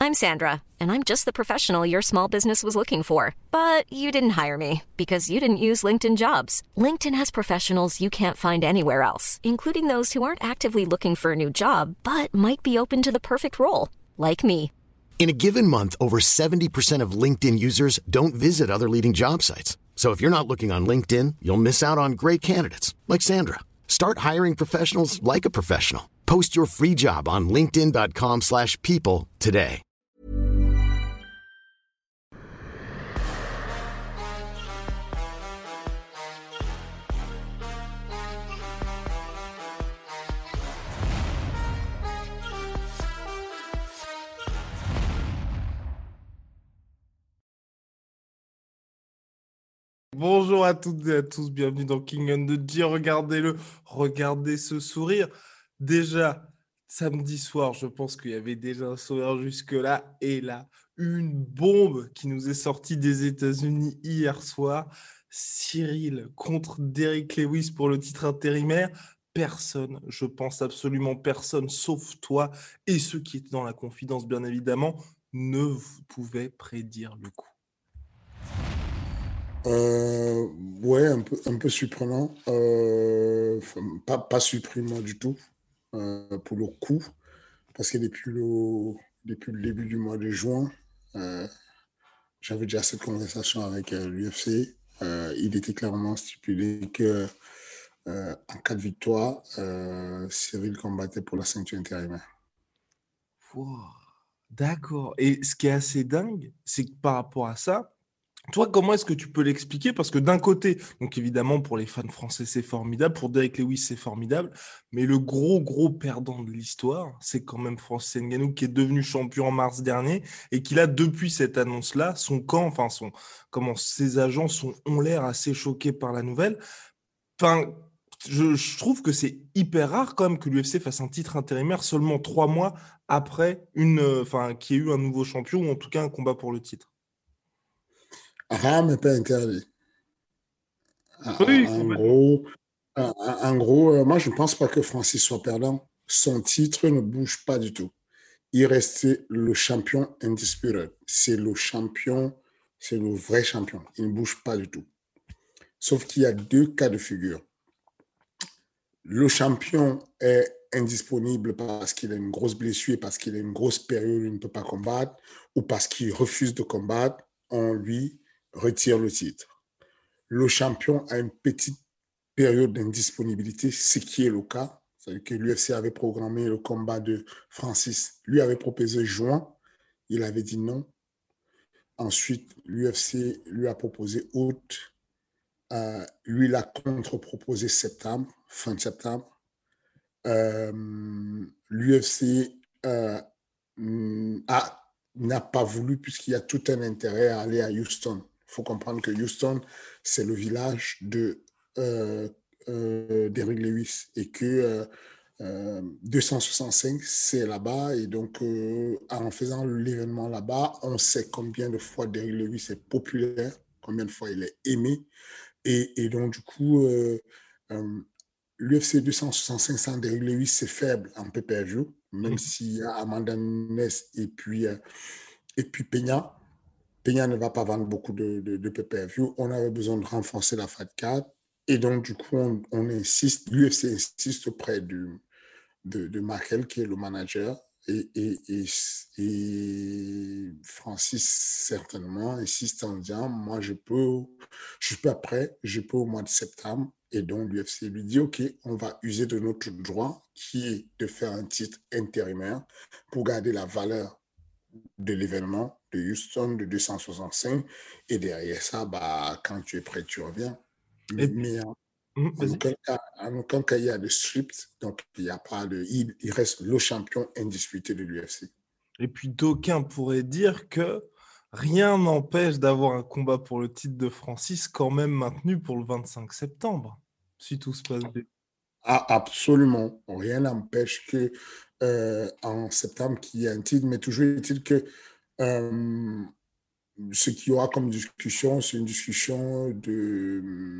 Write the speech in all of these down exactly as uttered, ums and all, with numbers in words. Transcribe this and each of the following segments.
I'm Sandra, and I'm just the professional your small business was looking for. But you didn't hire me because you didn't use LinkedIn Jobs. LinkedIn has professionals you can't find anywhere else, including those who aren't actively looking for a new job, but might be open to the perfect role, like me. In a given month, over seventy percent of LinkedIn users don't visit other leading job sites. So if you're not looking on LinkedIn, you'll miss out on great candidates like Sandra. Start hiring professionals like a professional. Post your free job on linkedin.com slash people today. Bonjour à toutes et à tous, bienvenue dans King and the G. Regardez-le, regardez ce sourire. Déjà, samedi soir, je pense qu'il y avait déjà un sourire jusque-là. Et là, une bombe qui nous est sortie des États-Unis hier soir. Cyril contre Derrick Lewis pour le titre intérimaire. Personne, je pense absolument personne, sauf toi et ceux qui étaient dans la confidence, bien évidemment, ne pouvaient prédire le coup. Euh, ouais, un peu, un peu surprenant. Euh, pas, pas surprenant du tout, euh, pour le coup, parce que depuis le, depuis le début du mois de juin, euh, j'avais déjà cette conversation avec euh, l'U F C. Euh, il était clairement stipulé que euh, en cas de victoire, euh, Cyril combattait pour la ceinture intérimaire. Wow. D'accord. Et ce qui est assez dingue, c'est que par rapport à ça, toi, comment est-ce que tu peux l'expliquer? Parce que d'un côté, donc évidemment, pour les fans français, c'est formidable. Pour Derrick Lewis, c'est formidable. Mais le gros, gros perdant de l'histoire, c'est quand même Francis Ngannou qui est devenu champion en mars dernier et qui, là, depuis cette annonce-là, son camp, enfin, son, comment ses agents sont, ont l'air assez choqués par la nouvelle. Enfin, je, je trouve que c'est hyper rare quand même que l'U F C fasse un titre intérimaire seulement trois mois après une, euh, enfin, qu'il y ait eu un nouveau champion ou en tout cas un combat pour le titre. Rare, mais pas interdit. Oui, En complètement. gros, en, en gros euh, moi, je ne pense pas que Francis soit perdant. Son titre ne bouge pas du tout. Il restait le champion indisputed. C'est le champion, c'est le vrai champion. Il ne bouge pas du tout. Sauf qu'il y a deux cas de figure. Le champion est indisponible parce qu'il a une grosse blessure, parce qu'il a une grosse période où il ne peut pas combattre, ou parce qu'il refuse de combattre, on lui retire le titre. Le champion a une petite période d'indisponibilité, ce qui est le cas. C'est-à-dire que l'U F C avait programmé le combat de Francis. Lui avait proposé juin, il avait dit non. Ensuite, l'U F C lui a proposé août. Euh, lui, il a contre-proposé septembre, fin septembre. Euh, L'U F C euh, a, n'a pas voulu, puisqu'il y a tout un intérêt à aller à Houston. Il faut comprendre que Houston, c'est le village de euh, euh, Derrick Lewis et que euh, euh, deux cent soixante-cinq, c'est là-bas. Et donc, euh, en faisant l'événement là-bas, on sait combien de fois Derrick Lewis est populaire, combien de fois il est aimé. Et, et donc, du coup, euh, euh, l'U F C deux cent soixante-cinq sans Derrick Lewis, c'est faible en pay-per-view, même s'il y a Amanda Nunes et puis, euh, et puis Peña. Peña ne va pas vendre beaucoup de, de, de pay-per-view. On avait besoin de renforcer la Fight Card. Et donc, du coup, on, on insiste, l'U F C insiste auprès du, de, de Michael, qui est le manager, et, et, et, et Francis, certainement, insiste en disant, moi, je peux, je suis pas prêt, je peux au mois de septembre. Et donc, l'U F C lui dit, OK, on va user de notre droit, qui est de faire un titre intérimaire pour garder la valeur de l'événement de Houston de deux cent soixante-cinq. Et derrière ça, bah, quand tu es prêt, tu reviens. Et puis, Mais en, hum, en, vas-y. aucun cas, en aucun cas, il y a de script. Donc, il y a pas de. Il, il reste le champion indisputé de l'U F C. Et puis d'aucuns pourraient dire que rien n'empêche d'avoir un combat pour le titre de Francis quand même maintenu pour le vingt-cinq septembre, si tout se passe bien. Ah, absolument. Rien n'empêche que euh, en septembre, qu'il y ait un titre, mais toujours est-il que euh, ce qu'il y aura comme discussion, c'est une discussion de.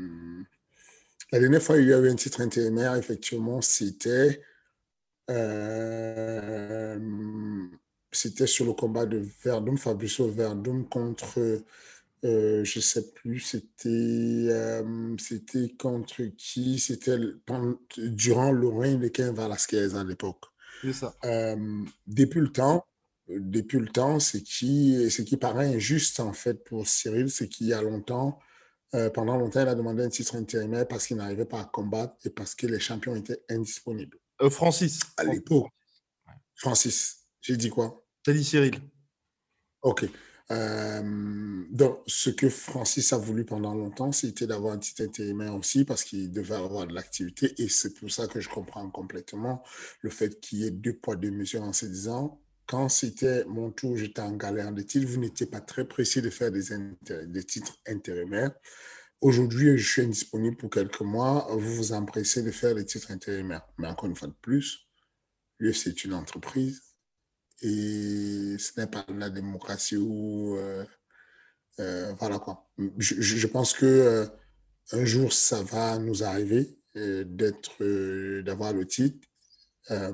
La dernière fois, il y a eu un titre intérimaire, effectivement, c'était. Euh, c'était sur le combat de Verdum, Fabricio Verdum contre, euh, je ne sais plus, c'était euh, c'était contre qui? C'était le- pendant- durant le règne de Cain Velasquez à l'époque. C'est ça. Euh, depuis le temps, depuis le temps, ce qui, ce qui paraît injuste en fait pour Cyril, c'est qu'il y a longtemps, euh, pendant longtemps, il a demandé un titre intérimaire parce qu'il n'arrivait pas à combattre et parce que les champions étaient indisponibles. Euh, Francis. À Francis. l'époque, Francis, j'ai dit quoi? T'as dit Cyril. Ok. Euh, donc, ce que Francis a voulu pendant longtemps, c'était d'avoir un titre intérimaire aussi parce qu'il devait avoir de l'activité. Et c'est pour ça que je comprends complètement le fait qu'il y ait deux poids, deux mesures en se disant, quand c'était mon tour, j'étais en galère de titres, vous n'étiez pas très précis de faire des, inter- des titres intérimaires. Aujourd'hui, je suis indisponible pour quelques mois, vous vous empressez de faire des titres intérimaires. Mais encore une fois de plus, l'U F C est une entreprise. Et ce n'est pas la démocratie où, euh, euh, voilà quoi. Je, je pense que euh, un jour, ça va nous arriver euh, d'être, euh, d'avoir le titre. Euh,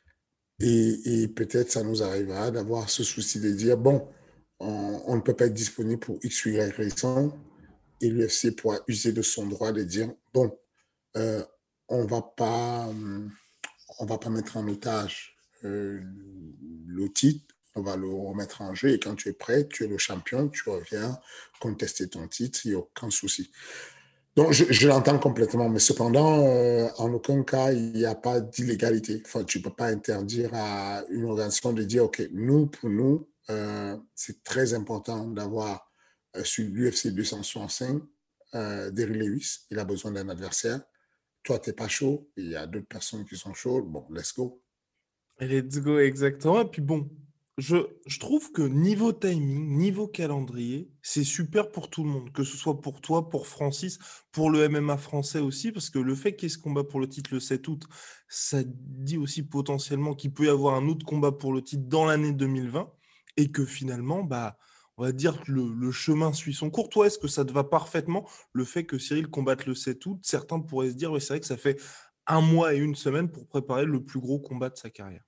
et, et peut-être ça nous arrivera d'avoir ce souci de dire, bon, on, on ne peut pas être disponible pour X ou Y raison. Et l'U F C pourra user de son droit de dire, bon, euh, on va pas, on va pas mettre en otage euh, le titre, on va le remettre en jeu et quand tu es prêt, tu es le champion, tu reviens contester ton titre, il n'y a aucun souci. Donc, je, je l'entends complètement, mais cependant, euh, en aucun cas, il n'y a pas d'illégalité. Enfin, tu ne peux pas interdire à une organisation de dire, OK, nous, pour nous, euh, c'est très important d'avoir euh, sur l'U F C deux cent soixante-cinq, euh, Derrick Lewis, il a besoin d'un adversaire. Toi, tu n'es pas chaud, il y a d'autres personnes qui sont chaudes, bon, let's go. Let's go, exactement. Et puis bon, je, je trouve que niveau timing, niveau calendrier, c'est super pour tout le monde, que ce soit pour toi, pour Francis, pour le M M A français aussi, parce que le fait qu'il y ait ce combat pour le titre le sept août, ça dit aussi potentiellement qu'il peut y avoir un autre combat pour le titre dans l'année deux mille vingt, et que finalement, bah, on va dire que le, le chemin suit son cours. Toi, est-ce que ça te va parfaitement, le fait que Cyril combatte le sept août? Certains pourraient se dire, ouais, c'est vrai que ça fait un mois et une semaine pour préparer le plus gros combat de sa carrière.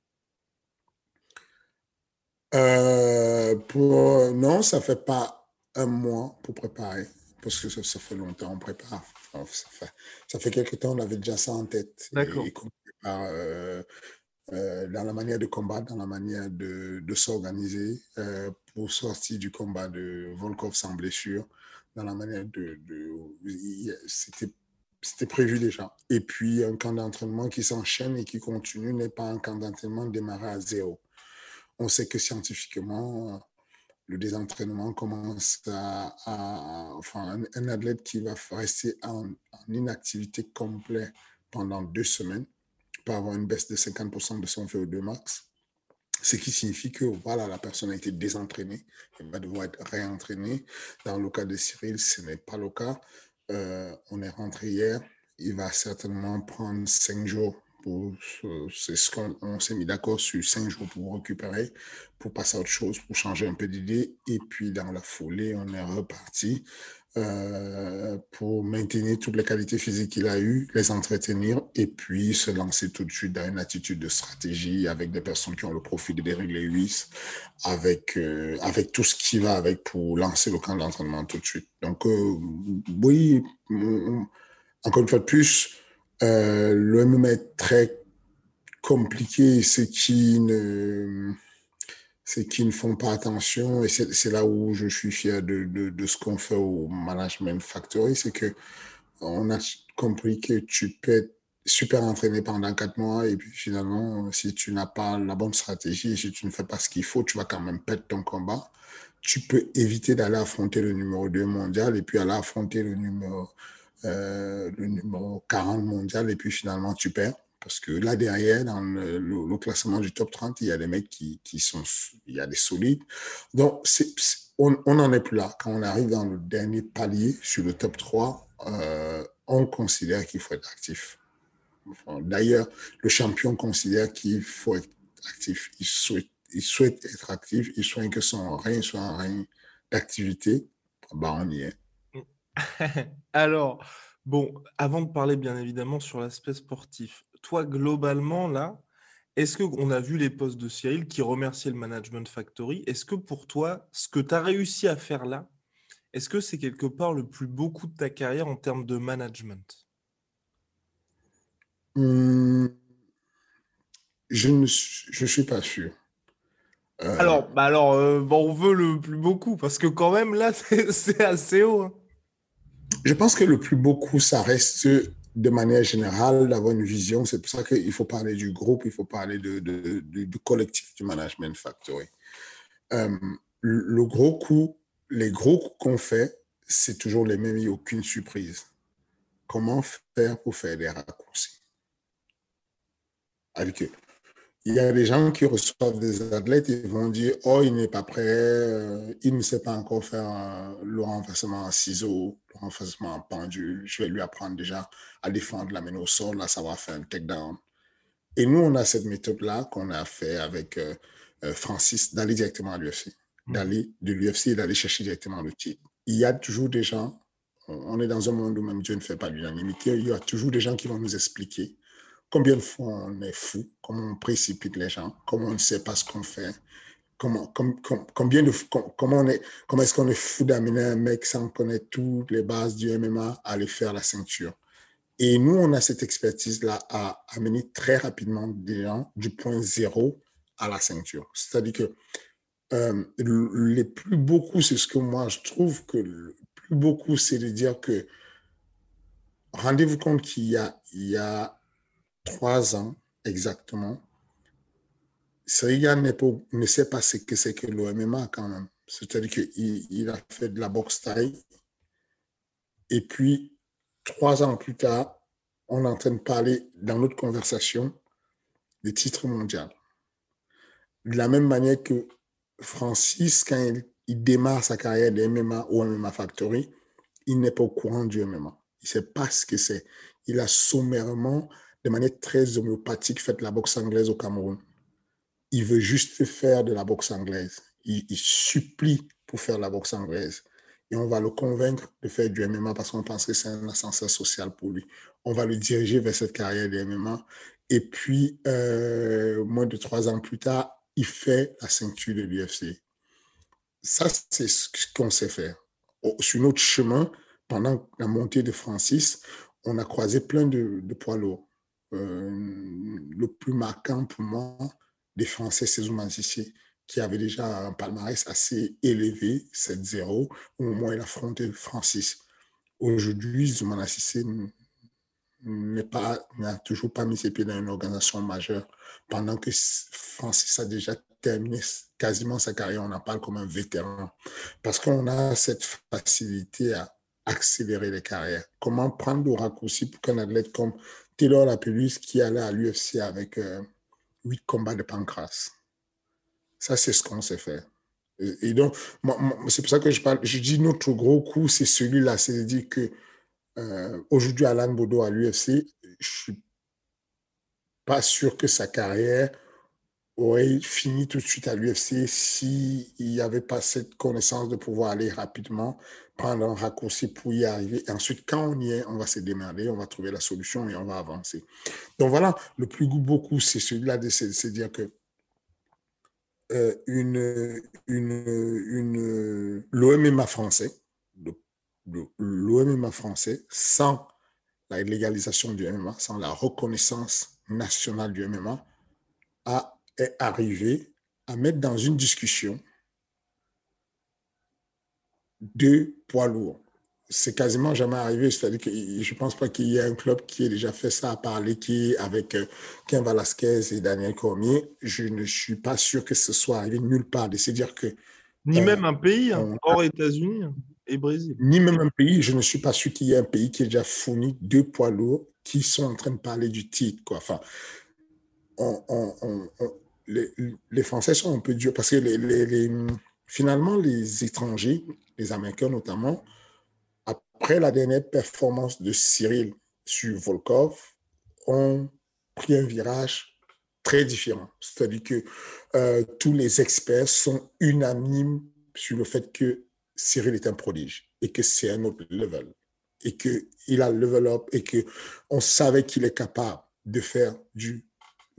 Euh, pour, non, ça ne fait pas un mois pour préparer, parce que ça, ça fait longtemps, on prépare. Enfin, ça, fait, ça fait quelques temps, on avait déjà ça en tête. D'accord. Et, et qu'on prépare euh, euh, dans la manière de combattre, dans la manière de, de s'organiser euh, pour sortir du combat de Volkov sans blessure, dans la manière de... de c'était c'était prévu déjà. Et puis, un camp d'entraînement qui s'enchaîne et qui continue n'est pas un camp d'entraînement démarré à zéro. On sait que scientifiquement, le désentraînement commence à... à enfin, un, un athlète qui va rester en, en inactivité complète pendant deux semaines peut avoir une baisse de cinquante pour cent de son V O deux max, ce qui signifie que voilà, la personne a été désentraînée, elle va devoir être réentraînée. Dans le cas de Cyril, ce n'est pas le cas. Euh, on est rentré hier, il va certainement prendre cinq jours. Pour, c'est ce qu'on on s'est mis d'accord sur cinq jours pour récupérer, pour passer à autre chose, pour changer un peu d'idée. Et puis, dans la foulée, on est reparti euh, pour maintenir toutes les qualités physiques qu'il a eues, les entretenir et puis se lancer tout de suite dans une attitude de stratégie avec des personnes qui ont le profil de Derrick Lewis, avec, euh, avec tout ce qui va avec pour lancer le camp d'entraînement tout de suite. Donc, euh, oui, on, encore une fois de plus, euh, le M M A est très compliqué, ce qui ne, ce qui ne font pas attention, et c'est, c'est là où je suis fier de, de, de ce qu'on fait au Management Factory, c'est que on a compris que tu peux être super entraîné pendant quatre mois et puis finalement, si tu n'as pas la bonne stratégie, si tu ne fais pas ce qu'il faut, tu vas quand même perdre ton combat. Tu peux éviter d'aller affronter le numéro deux mondial et puis aller affronter le numéro Euh, le numéro quarante mondial et puis finalement tu perds parce que là derrière dans le, le, le classement du top trente il y a des mecs qui, qui sont il y a des solides donc c'est, c'est, on n'en est plus là. Quand on arrive dans le dernier palier sur le top trois euh, on considère qu'il faut être actif. Enfin, d'ailleurs le champion considère qu'il faut être actif, il souhaite, il souhaite être actif, il souhaite que son règne soit un règne d'activité. Bah on y est. Alors, bon, avant de parler bien évidemment sur l'aspect sportif, toi, globalement, là, est-ce qu'on a vu les posts de Cyril qui remerciait le Management Factory? Est-ce que pour toi, ce que tu as réussi à faire là, est-ce que c'est quelque part le plus beau coup de ta carrière en termes de management? Hum, je ne suis, je suis pas sûr. Euh, Alors, bah alors euh, bon, on veut le plus beau coup parce que quand même là, c'est c'est assez haut, hein. je pense que le plus beau coup, ça reste de manière générale d'avoir une vision. C'est pour ça qu'il faut parler du groupe, il faut parler de, de- de- du collectif du Management Factory. Euh, le le gros coup, les gros coups qu'on fait, c'est toujours les mêmes, il n'y a aucune surprise. Comment faire pour faire des raccourcis? Avec eux. Il y a des gens qui reçoivent des athlètes et vont dire, oh, il n'est pas prêt, euh, il ne sait pas encore faire euh, le renversement en ciseaux, le renversement en pendule. Je vais lui apprendre déjà à défendre la main au sol, à savoir faire un takedown. Et nous, on a cette méthode-là qu'on a fait avec euh, euh, Francis, d'aller directement à l'U F C, d'aller de l'U F C et d'aller chercher directement le titre. Il y a toujours des gens, on est dans un monde où même Dieu ne fait pas l'unanimité, il y a toujours des gens qui vont nous expliquer combien de fois on est fou, comment on précipite les gens, comment on ne sait pas ce qu'on fait, comment, com, com, combien de, com, comment, on est, comment est-ce qu'on est fou d'amener un mec sans connaître toutes les bases du M M A à aller faire la ceinture. Et nous, on a cette expertise-là à amener très rapidement des gens du point zéro à la ceinture. C'est-à-dire que euh, les plus beaux coups, c'est ce que moi je trouve que le plus beau coup, c'est de dire que rendez-vous compte qu'il y a, il y a trois ans exactement, Cyril ne sait pas ce que c'est que le M M A quand même. C'est-à-dire qu'il il a fait de la boxe thaï et puis trois ans plus tard, on est en train de parler dans notre conversation des titres mondiaux. De la même manière que Francis, quand il, il démarre sa carrière de M M A au M M A Factory, il n'est pas au courant du M M A. Il ne sait pas ce que c'est. Il a sommairement, de manière très homéopathique, fait la boxe anglaise au Cameroun. Il veut juste faire de la boxe anglaise. Il, il supplie pour faire la boxe anglaise. Et on va le convaincre de faire du M M A parce qu'on pense que c'est un ascenseur social pour lui. On va le diriger vers cette carrière de M M A. Et puis, euh, moins de trois ans plus tard, il fait la ceinture de l'U F C. Ça, c'est ce qu'on sait faire. Sur notre chemin, pendant la montée de Francis, on a croisé plein de, de poids lourds. Euh, le plus marquant pour moi, des Français, c'est Zouma Sissé, qui avait déjà un palmarès assez élevé, sept zéro, au moment où il affrontait Francis. Aujourd'hui, Zouma Sissé n'est pas, n'a toujours pas mis ses pieds dans une organisation majeure, pendant que Francis a déjà terminé quasiment sa carrière. On en parle comme un vétéran, parce qu'on a cette facilité à accélérer les carrières. Comment prendre le raccourci pour qu'un athlète comme Taylor Lapellus, qui allait à l'U F C avec euh, huit combats de pancras. Ça, c'est ce qu'on sait faire. Et, et donc, moi, moi, c'est pour ça que je parle, je dis notre gros coup, c'est celui-là, c'est-à-dire que euh, aujourd'hui, Alan Baudot à l'U F C, je suis pas sûr que sa carrière aurait fini tout de suite à l'U F C s'il n'y avait pas cette connaissance de pouvoir aller rapidement, prendre un raccourci pour y arriver. Et ensuite, quand on y est, on va se démerder, on va trouver la solution et on va avancer. Donc voilà, le plus beau coup, c'est celui-là de se dire que euh, une, une, une, l'O M M A français, l'O M M A français, sans la légalisation du M M A, sans la reconnaissance nationale du M M A, a, est arrivé à mettre dans une discussion deux poids lourds. C'est quasiment jamais arrivé, c'est-à-dire que je ne pense pas qu'il y ait un club qui ait déjà fait ça à part l'équipe avec Ken Velasquez et Daniel Cormier. Je ne suis pas sûr que ce soit arrivé nulle part. C'est-à-dire que Ni euh, même un pays, hein, on, hors États-Unis et Brésil. Ni même un pays, je ne suis pas sûr qu'il y ait un pays qui ait déjà fourni deux poids lourds qui sont en train de parler du titre, quoi. Enfin, on, on, on, on, les, les Français sont un peu durs parce que les, les, les, finalement, les étrangers, les Américains notamment, après la dernière performance de Cyril sur Volkov, ont pris un virage très différent. C'est-à-dire que euh, tous les experts sont unanimes sur le fait que Cyril est un prodige et que c'est un autre level et qu'il a level up et qu'on savait qu'il est capable de faire du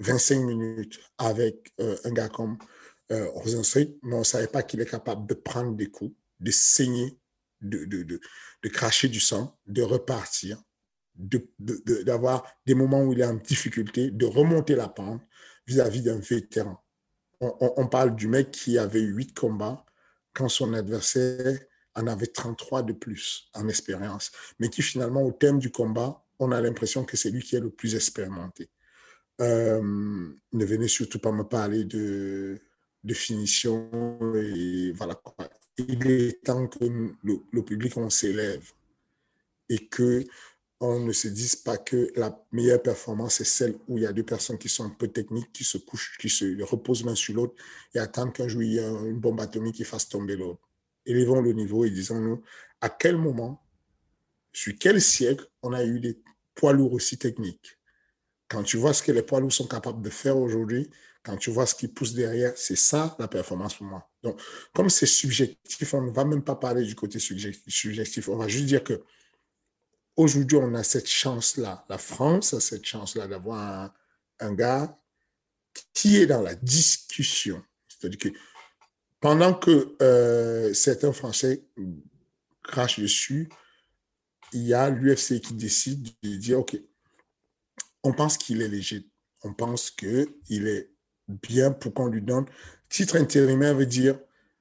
vingt-cinq minutes avec euh, un gars comme euh, Rosenstruik, mais on ne savait pas qu'il est capable de prendre des coups, de saigner, de, de, de, de cracher du sang, de repartir, de, de, de, d'avoir des moments où il est en difficulté, de remonter la pente vis-à-vis d'un vétéran. On, on, on parle du mec qui avait huit combats quand son adversaire en avait trente-trois de plus en expérience, mais qui finalement, au terme du combat, on a l'impression que c'est lui qui est le plus expérimenté. Euh, ne venez surtout pas me parler de, de finition et voilà quoi. Il est temps que le, le public, on s'élève et que on ne se dise pas que la meilleure performance est celle où il y a deux personnes qui sont un peu techniques, qui se couchent, qui se reposent l'un sur l'autre et attendent qu'un jour il y ait une bombe atomique qui fasse tomber l'autre. Élevons le niveau et disons-nous à quel moment, sur quel siècle, on a eu des poids lourds aussi techniques. Quand tu vois ce que les poids lourds sont capables de faire aujourd'hui, quand tu vois ce qui pousse derrière, c'est ça la performance pour moi. Donc, comme c'est subjectif, on ne va même pas parler du côté subjectif. On va juste dire que aujourd'hui, on a cette chance-là. La France a cette chance-là d'avoir un, un gars qui est dans la discussion. C'est-à-dire que pendant que euh, certains Français crachent dessus, il y a l'U F C qui décide de dire, OK, on pense qu'il est léger. On pense qu'il est bien pour qu'on lui donne. Titre intérimaire veut dire,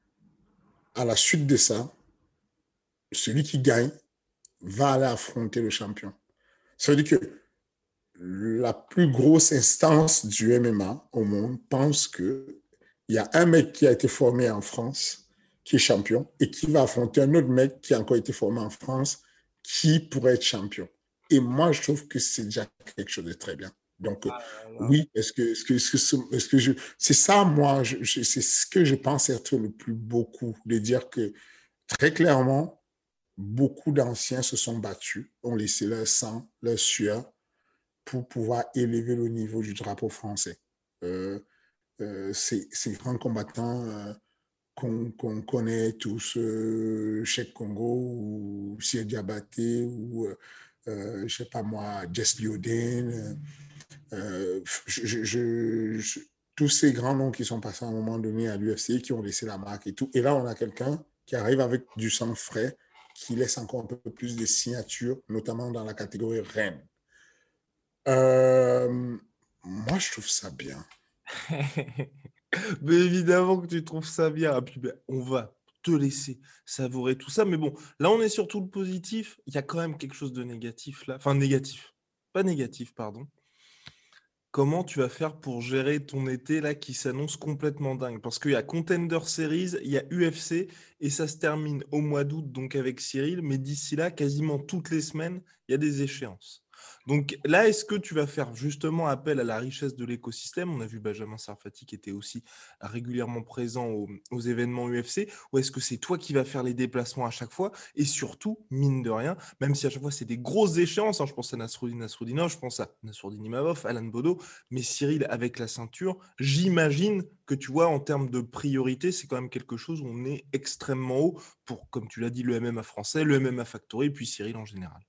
à la suite de ça, celui qui gagne va aller affronter le champion. Ça veut dire que la plus grosse instance du M M A au monde pense qu'il y a un mec qui a été formé en France, qui est champion, et qui va affronter un autre mec qui a encore été formé en France, qui pourrait être champion. Et moi, je trouve que c'est déjà quelque chose de très bien. Donc, ah, oui, est-ce que, est-ce que, est-ce que, est-ce que je, c'est ça, moi, je, je, c'est ce que je pense être le plus beaucoup, de dire que très clairement, beaucoup d'anciens se sont battus, ont laissé leur sang, leur sueur, pour pouvoir élever le niveau du drapeau français. Euh, euh, ces, ces grands combattants euh, qu'on, qu'on connaît tous, euh, Cheikh Congo ou Sir Diabaté ou, euh, euh, je sais pas moi, Jess Liodin, euh, je, je, je, je, tous ces grands noms qui sont passés à un moment donné à l'U F C, qui ont laissé la marque et tout. Et là, on a quelqu'un qui arrive avec du sang frais, qui laisse encore un peu plus de signatures, notamment dans la catégorie reine. Euh, moi, je trouve ça bien. Mais évidemment que tu trouves ça bien. Et puis, ben, on va te laisser savourer tout ça. Mais bon, là, on est sur tout le positif. Il y a quand même quelque chose de négatif là. Enfin, négatif. Pas négatif, pardon. Comment tu vas faire pour gérer ton été là qui s'annonce complètement dingue? Parce qu'il y a Contender Series, il y a U F C et ça se termine au mois d'août donc avec Cyril. Mais d'ici là, quasiment toutes les semaines, il y a des échéances. Donc là, est-ce que tu vas faire justement appel à la richesse de l'écosystème? On a vu Benjamin Sarfati qui était aussi régulièrement présent aux, aux événements U F C. Ou est-ce que c'est toi qui vas faire les déplacements à chaque fois? Et surtout, mine de rien, même si à chaque fois c'est des grosses échéances, hein, je pense à Nasruddin Nasruddinov, je pense à Nassourdine Imavov, Alan Bodo, mais Cyril avec la ceinture, j'imagine que tu vois, en termes de priorité, c'est quand même quelque chose où on est extrêmement haut pour, comme tu l'as dit, le M M A français, le M M A Factory, puis Cyril en général.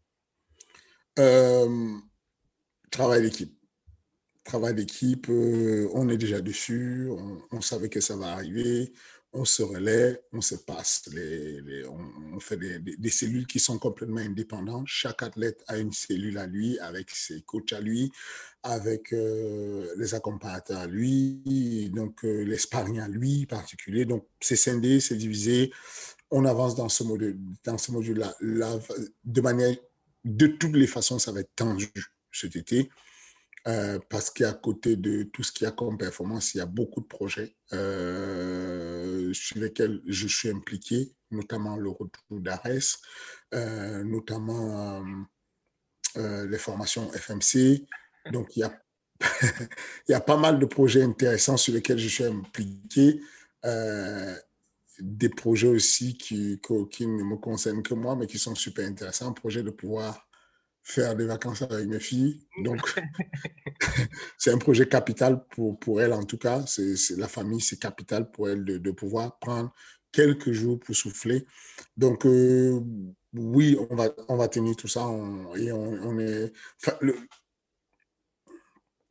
Euh, travail d'équipe. Travail d'équipe, euh, on est déjà dessus, on, on savait que ça va arriver, on se relaie, on se passe, les, les, on, on fait des, des, des cellules qui sont complètement indépendantes. Chaque athlète a une cellule à lui, avec ses coachs à lui, avec euh, les accompagnateurs à lui, donc euh, les sparring à lui particulier. Donc c'est scindé, c'est divisé, on avance dans ce module, dans ce module-là. Là, de manière, de toutes les façons, ça va être tendu cet été. Euh, parce qu'à côté de tout ce qu'il y a comme performance, il y a beaucoup de projets euh, sur lesquels je suis impliqué, notamment le retour d'Ares, euh, notamment euh, euh, les formations F M C. Donc, il y a, il y a pas mal de projets intéressants sur lesquels je suis impliqué. Euh, des projets aussi qui, qui ne me concernent que moi, mais qui sont super intéressants. Un projet de pouvoir faire des vacances avec mes filles. Donc, c'est un projet capital pour, pour elle, en tout cas. C'est, c'est, la famille, c'est capital pour elle de, de pouvoir prendre quelques jours pour souffler. Donc, euh, oui, on va, on va tenir tout ça. On, et on, on est... Enfin, le,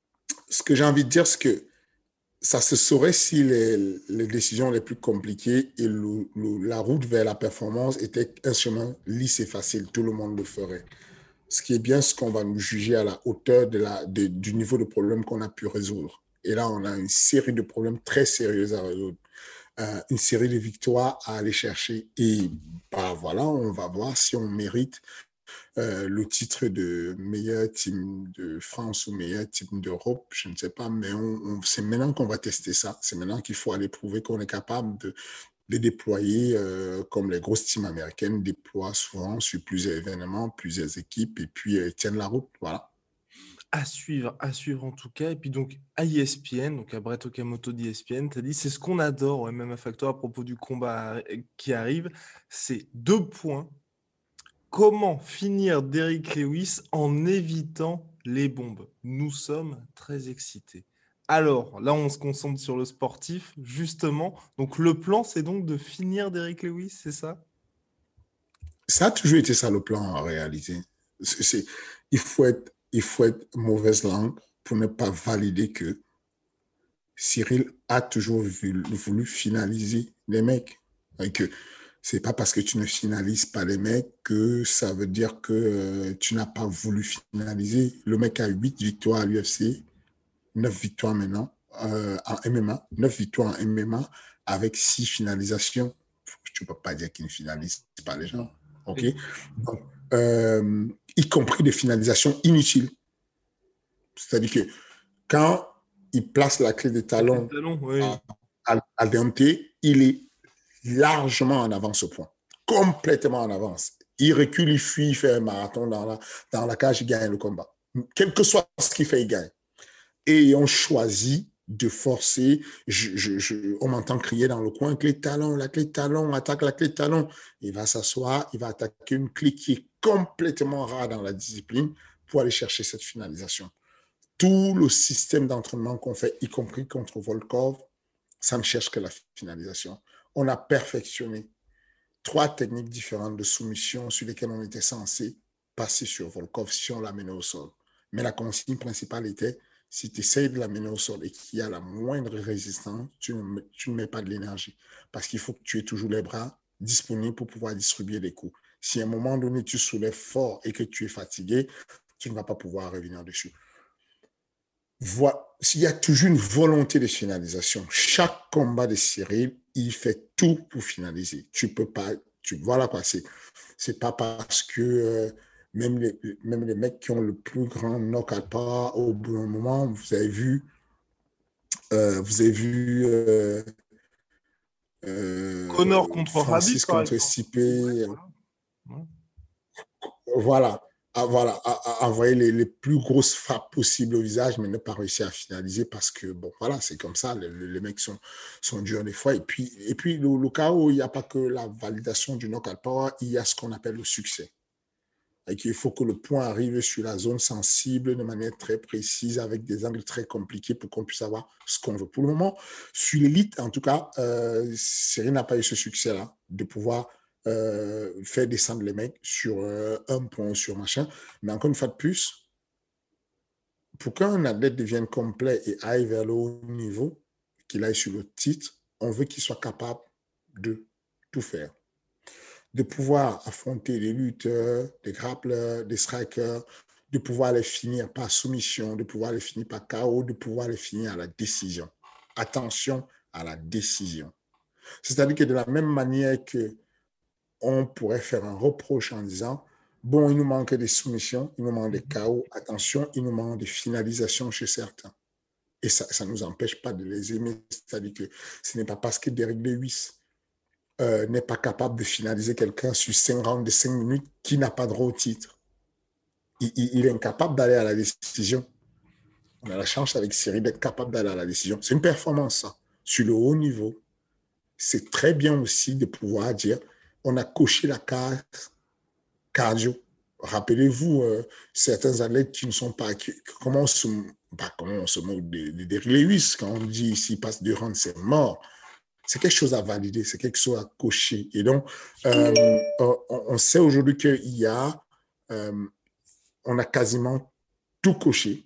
ce que j'ai envie de dire, c'est que ça se saurait si les, les décisions les plus compliquées et le, le, la route vers la performance était un chemin lisse et facile. Tout le monde le ferait. Ce qui est bien, c'est qu'on va nous juger à la hauteur de la, de, du niveau de problème qu'on a pu résoudre. Et là, on a une série de problèmes très sérieux à résoudre. Euh, une série de victoires à aller chercher. Et bah, voilà, on va voir si on mérite Euh, le titre de meilleur team de France ou meilleur team d'Europe, je ne sais pas, mais on, on, c'est maintenant qu'on va tester ça. C'est maintenant qu'il faut aller prouver qu'on est capable de, de déployer euh, comme les grosses teams américaines déploient souvent sur plusieurs événements, plusieurs équipes et puis euh, tiennent la route. Voilà. À suivre, à suivre en tout cas. Et puis donc à E S P N, donc à Brett Okamoto d'E S P N, tu as dit c'est ce qu'on adore au M M A Factor à propos du combat qui arrive, c'est deux points. Comment finir Derrick Lewis en évitant les bombes? Nous sommes très excités. Alors, là, on se concentre sur le sportif, justement. Donc, le plan, c'est donc de finir Derrick Lewis, c'est ça? Ça a toujours été ça le plan en réalité. C'est, c'est, il, faut être, il faut être mauvaise langue pour ne pas valider que Cyril a toujours voulu, voulu finaliser les mecs. Et que c'est pas parce que tu ne finalises pas les mecs que ça veut dire que euh, tu n'as pas voulu finaliser. Le mec a huit victoires à l'U F C, neuf victoires maintenant euh, en M M A, neuf victoires en M M A avec six finalisations. Tu ne peux pas dire qu'il ne finalise pas les gens. OK? Donc, euh, y compris des finalisations inutiles. C'est-à-dire que quand il place la clé de talon, talon oui. à, à, à Dante, il est largement en avance au point. Complètement en avance. Il recule, il fuit, il fait un marathon dans la, dans la cage, il gagne le combat. Quel que soit ce qu'il fait, il gagne. Et on choisit de forcer. Je, je, je, on m'entend crier dans le coin, clé de talon, la clé de talon, attaque la clé de talon. Il va s'asseoir, il va attaquer une clé qui est complètement rare dans la discipline pour aller chercher cette finalisation. Tout le système d'entraînement qu'on fait, y compris contre Volkov, ça ne cherche que la finalisation. On a perfectionné trois techniques différentes de soumission sur lesquelles on était censé passer sur Volkov si on l'amenait au sol. Mais la consigne principale était, si tu essayes de l'amener au sol et qu'il y a la moindre résistance, tu ne, tu ne mets pas de l'énergie. Parce qu'il faut que tu aies toujours les bras disponibles pour pouvoir distribuer des coups. Si à un moment donné, tu soulèves fort et que tu es fatigué, tu ne vas pas pouvoir revenir dessus. Voilà. Il y a toujours une volonté de finalisation. Chaque combat de Cyril, il fait tout pour finaliser. Tu peux pas, tu, voilà quoi, c'est, c'est pas parce que euh, même, les, même les mecs qui ont le plus grand knockout power, au bout d'un moment, vous avez vu, euh, vous avez vu euh, euh, Connor contre Francis Khabib, contre Stipe. Ouais, voilà. Voilà. À, voilà, à, à envoyer les, les plus grosses frappes possibles au visage, mais ne pas réussir à finaliser parce que, bon, voilà, c'est comme ça, les, les mecs sont, sont durs des fois. Et puis, et puis le, le cas où il n'y a pas que la validation du knockout power, il y a ce qu'on appelle le succès. Et qu'il faut que le point arrive sur la zone sensible de manière très précise, avec des angles très compliqués pour qu'on puisse avoir ce qu'on veut. Pour le moment, sur l'élite, en tout cas, euh, Cyril n'a pas eu ce succès-là, de pouvoir Euh, faire descendre les mecs sur euh, un point, sur machin. Mais encore une fois de plus, pour qu'un athlète devienne complet et aille vers le haut niveau, qu'il aille sur le titre, on veut qu'il soit capable de tout faire. De pouvoir affronter des lutteurs, des grappleurs, des strikers, de pouvoir les finir par soumission, de pouvoir les finir par K O, de pouvoir les finir à la décision. Attention à la décision. C'est-à-dire que de la même manière que on pourrait faire un reproche en disant, bon, il nous manque des soumissions, il nous manque des K O, attention, il nous manque des finalisations chez certains. Et ça ne nous empêche pas de les aimer. C'est-à-dire que ce n'est pas parce que Derrick Lewis euh, n'est pas capable de finaliser quelqu'un sur cinq rounds de cinq minutes qu'il n'a pas droit au titre. Il, il, il est incapable d'aller à la décision. On a la chance avec Cyril d'être capable d'aller à la décision. C'est une performance, ça. Sur le haut niveau, c'est très bien aussi de pouvoir dire, on a coché la case cardio. Rappelez-vous, euh, certains athlètes qui ne sont pas... Qui, comment, on se, bah, comment on se moque de, de, de Lewis quand on dit s'il passe deux rounds, c'est mort. C'est quelque chose à valider, c'est quelque chose à cocher. Et donc, euh, on, on sait aujourd'hui qu'il y a... Euh, on a quasiment tout coché.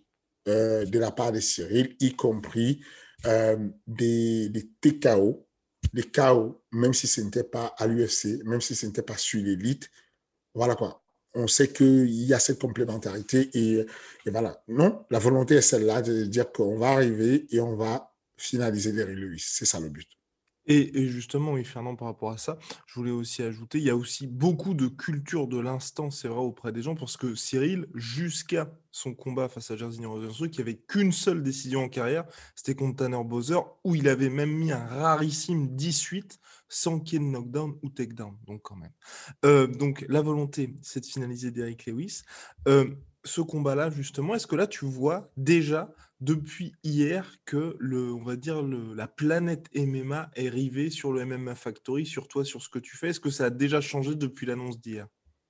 euh, de la part de Cyril, y compris euh, des, des T K O, des K O, même si ce n'était pas à l'U F C, même si ce n'était pas sur l'élite. Voilà quoi. On sait qu'il y a cette complémentarité et, et voilà. Non, la volonté est celle-là de dire qu'on va arriver et on va finaliser Derrick Lewis. C'est ça le but. Et, et justement, oui, Fernand, par rapport à ça, je voulais aussi ajouter, il y a aussi beaucoup de culture de l'instant, c'est vrai, auprès des gens, parce que Cyril, jusqu'à son combat face à Jairzinho Rosenstruck, il n'y avait qu'une seule décision en carrière, c'était contre Tanner Bowser, où il avait même mis un rarissime dix-huit sans qu'il y ait de knockdown ou takedown, donc quand même. Euh, donc la volonté, c'est de finaliser Derrick Lewis. Euh, ce combat-là, justement, est-ce que là, tu vois déjà depuis hier que le, on va dire le, la planète M M A est rivée sur le M M A Factory, sur toi, sur ce que tu fais. Est-ce que ça a déjà changé depuis l'annonce d'hier?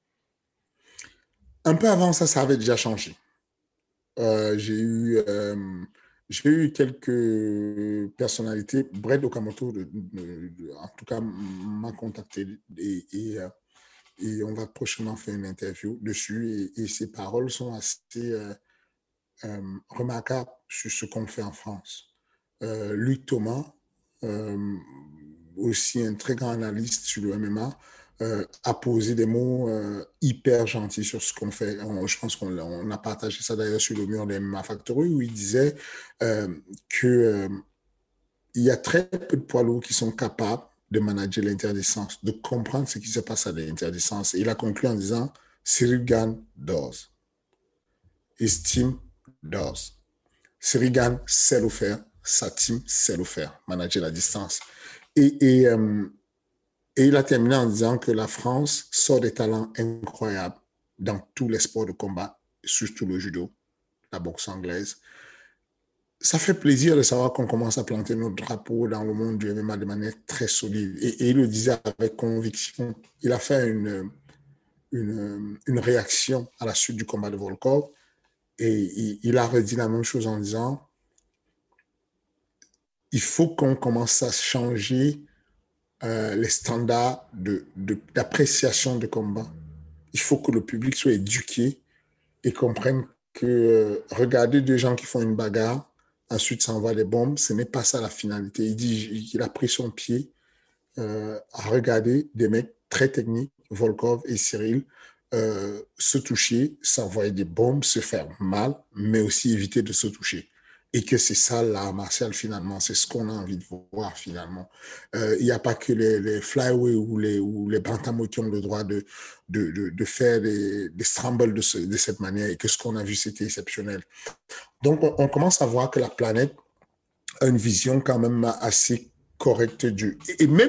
Un peu avant ça, ça avait déjà changé. Euh, j'ai eu, euh, j'ai eu quelques personnalités. Brett Okamoto, de, de, de, en tout cas, m'a contacté et, et, euh, et on va prochainement faire une interview dessus. Et, et ses paroles sont assez euh, euh, remarquables sur ce qu'on fait en France. Euh, Luc Thomas, euh, aussi un très grand analyste sur le M M A, euh, a posé des mots euh, hyper gentils sur ce qu'on fait. On, je pense qu'on on a partagé ça d'ailleurs sur le mur de M M A Factory où il disait euh, que euh, il y a très peu de poids lourds qui sont capables de manager l'interdistance, de comprendre ce qui se passe à l'interdistance. Et il a conclu en disant Cyril Gane does. His team does. Cyril Gane sait le faire, sa team sait le faire, manager la distance. Et, et, euh, et il a terminé en disant que la France sort des talents incroyables dans tous les sports de combat, surtout le judo, la boxe anglaise. Ça fait plaisir de savoir qu'on commence à planter notre drapeau dans le monde du M M A de manière très solide. Et, et il le disait avec conviction. Il a fait une, une, une réaction à la suite du combat de Volkov et il, il a redit la même chose en disant il faut qu'on commence à changer euh, les standards de, de, d'appréciation de combat. Il faut que le public soit éduqué et comprenne que euh, regarder deux gens qui font une bagarre, ensuite s'envoient des bombes, ce n'est pas ça la finalité. Il dit qu'il a pris son pied euh, à regarder des mecs très techniques, Volkov et Cyril, euh, se toucher, s'envoyer des bombes, se faire mal, mais aussi éviter de se toucher. Et que c'est ça l'art martial finalement, c'est ce qu'on a envie de voir finalement. Euh, il n'y a pas que les, les flyweight ou les, ou les bantamweight qui ont le droit de, de, de, de faire des, des scrambles de, ce, de cette manière et que ce qu'on a vu c'était exceptionnel. Donc on, on commence à voir que la planète a une vision quand même assez correcte du... Et même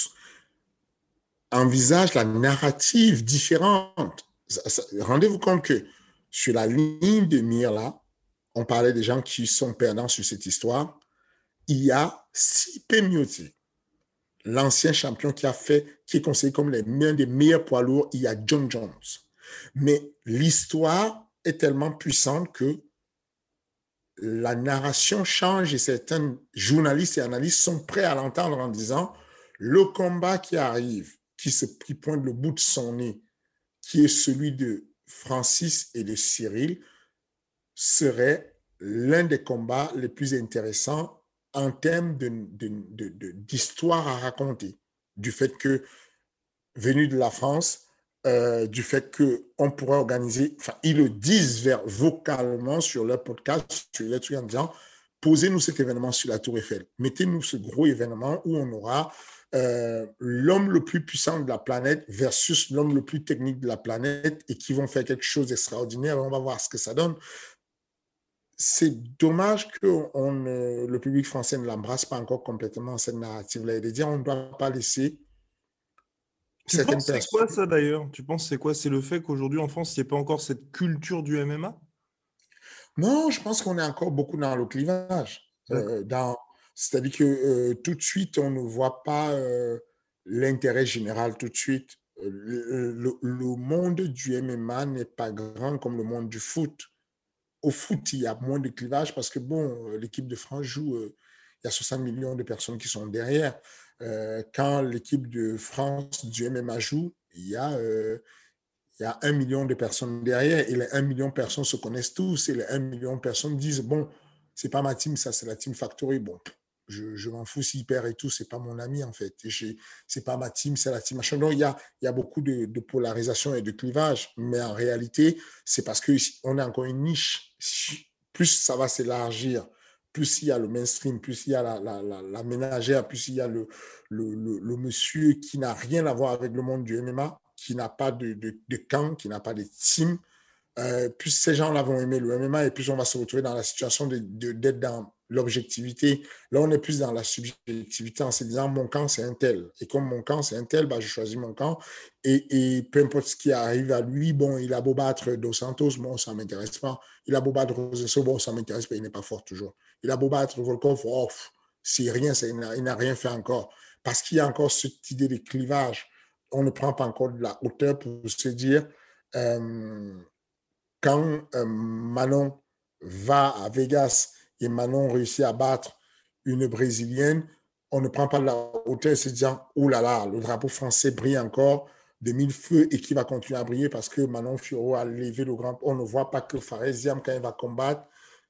envisage la narrative différente. Rendez-vous compte que sur la ligne de mire là, on parlait des gens qui sont perdants sur cette histoire. Il y a Stipe Miocic, l'ancien champion qui a fait, qui est considéré comme l'un des meilleurs poids lourds. Il y a John Jones. Mais l'histoire est tellement puissante que la narration change et certains journalistes et analystes sont prêts à l'entendre en disant le combat qui arrive, qui, se, qui pointe le bout de son nez, qui est celui de Francis et de Cyril, serait l'un des combats les plus intéressants en termes de, de, de, de, d'histoire à raconter. Du fait que, venu de la France, euh, du fait qu'on pourrait organiser, enfin, ils le disent vers, vocalement sur leur podcast, sur leur truc en disant, posez-nous cet événement sur la Tour Eiffel. Mettez-nous ce gros événement où on aura euh, l'homme le plus puissant de la planète versus l'homme le plus technique de la planète et qui vont faire quelque chose d'extraordinaire. On va voir ce que ça donne. C'est dommage que on, euh, le public français ne l'embrasse pas encore complètement cette narrative-là et de dire on ne doit pas laisser tu penses c'est quoi ça d'ailleurs? Tu penses c'est quoi? C'est le fait qu'aujourd'hui en France, il n'y ait pas encore cette culture du M M A? Non, je pense qu'on est encore beaucoup dans le clivage. Euh, dans, c'est-à-dire que euh, tout de suite, on ne voit pas euh, l'intérêt général tout de suite. Le, le, le monde du M M A n'est pas grand comme le monde du foot. Au foot, il y a moins de clivage parce que, bon, l'équipe de France joue, euh, il y a soixante millions de personnes qui sont derrière. Euh, quand l'équipe de France du M M A joue, il y a, euh, il y a un million de personnes derrière et les un million de personnes se connaissent tous et les un million de personnes disent, bon, c'est pas ma team, ça, c'est la Team Factory. Bon, je, je m'en fous s'il perd et tout, c'est pas mon ami, en fait. Et c'est pas ma team, c'est la team machin. Donc, il y a, il y a beaucoup de, de polarisation et de clivage. Mais en réalité, c'est parce qu'on est encore une niche. Plus ça va s'élargir, plus il y a le mainstream, plus il y a la, la, la, la ménagère, plus il y a le, le, le, le monsieur qui n'a rien à voir avec le monde du M M A, qui n'a pas de, de, de camp, qui n'a pas de team. Euh, plus ces gens-là vont aimer le M M A et plus on va se retrouver dans la situation de, de, d'être dans l'objectivité. Là, on est plus dans la subjectivité en se disant mon camp, c'est un tel. Et comme mon camp, c'est un tel, bah, je choisis mon camp. Et, et peu importe ce qui arrive à lui, bon, il a beau battre Dos Santos, bon, ça ne m'intéresse pas. Il a beau battre Rosenso, bon, ça ne m'intéresse pas, il n'est pas fort toujours. Il a beau battre Volkov, oh, c'est rien, ça, il, n'a, il n'a rien fait encore. Parce qu'il y a encore cette idée de clivage. On ne prend pas encore de la hauteur pour se dire... Euh, quand euh, Manon va à Vegas et Manon réussit à battre une Brésilienne, on ne prend pas de la hauteur et se disant « Oh là là, le drapeau français brille encore de mille feux et qui va continuer à briller parce que Manon Fiorot a levé le grand... » On ne voit pas que Fares Ziam, quand il va combattre,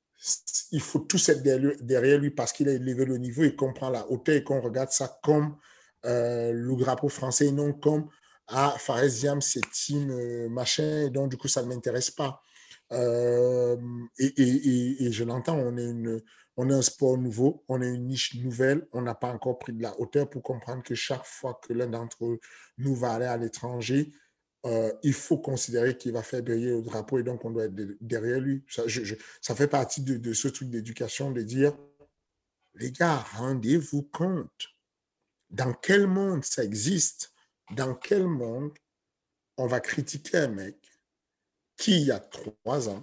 il faut tous être derrière lui parce qu'il a élevé le niveau et qu'on prend la hauteur et qu'on regarde ça comme euh, le drapeau français et non comme ah, Fares Ziam, c'est team euh, machin, et donc du coup, ça ne m'intéresse pas. Euh, et, et, et, et je l'entends, on est, une, on est un sport nouveau, on est une niche nouvelle, on n'a pas encore pris de la hauteur pour comprendre que chaque fois que l'un d'entre nous va aller à l'étranger, euh, il faut considérer qu'il va faire briller le drapeau et donc on doit être de, derrière lui. Ça, je, je, ça fait partie de, de ce truc d'éducation, de dire, les gars, rendez-vous compte, dans quel monde ça existe? Dans quel monde on va critiquer un mec qui, il y a trois ans,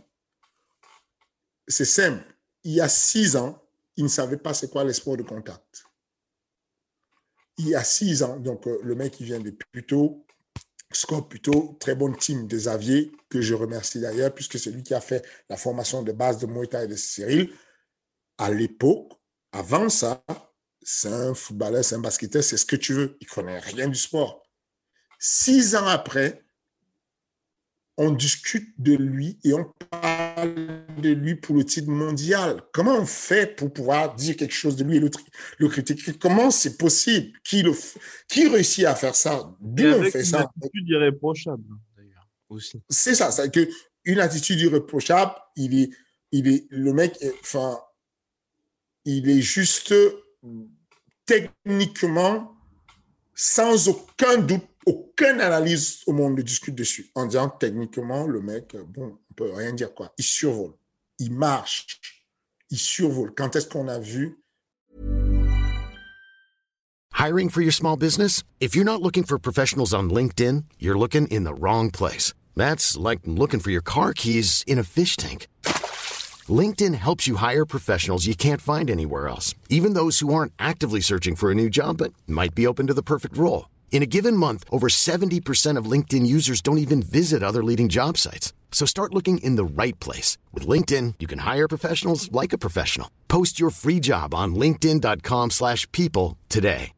c'est simple, il y a six ans, il ne savait pas c'est quoi les sports de contact. Il y a six ans, donc euh, le mec, il vient de Puteaux, Score Puteaux, très bonne team de Xavier, que je remercie d'ailleurs, puisque c'est lui qui a fait la formation de base de Muay Thai et de Cyril. À l'époque, avant ça, c'est un footballeur, c'est un basketteur, c'est ce que tu veux. Il ne connaît rien du sport. Six ans après, on discute de lui et on parle de lui pour le titre mondial. Comment on fait pour pouvoir dire quelque chose de lui et le, le critiquer? Comment c'est possible? Qui, le, qui réussit à faire ça? D'où on fait ça? Une attitude irréprochable, d'ailleurs, aussi. C'est ça, c'est qu'une attitude irréprochable, il est, il est, le mec, est, enfin, il est juste techniquement, sans aucun doute, aucune analyse au monde discute dessus. En disant techniquement, le mec, bon, on peut rien dire quoi. Il survole, il marche, il survole. Quand est-ce qu'on a vu? Hiring for your small business? If you're not looking for professionals on LinkedIn, you're looking in the wrong place. That's like looking for your car keys in a fish tank. LinkedIn helps you hire professionals you can't find anywhere else, even those who aren't actively searching for a new job but might be open to the perfect role. In a given month, over seventy percent of LinkedIn users don't even visit other leading job sites. So start looking in the right place. With LinkedIn, you can hire professionals like a professional. Post your free job on linkedin dot com slash people today.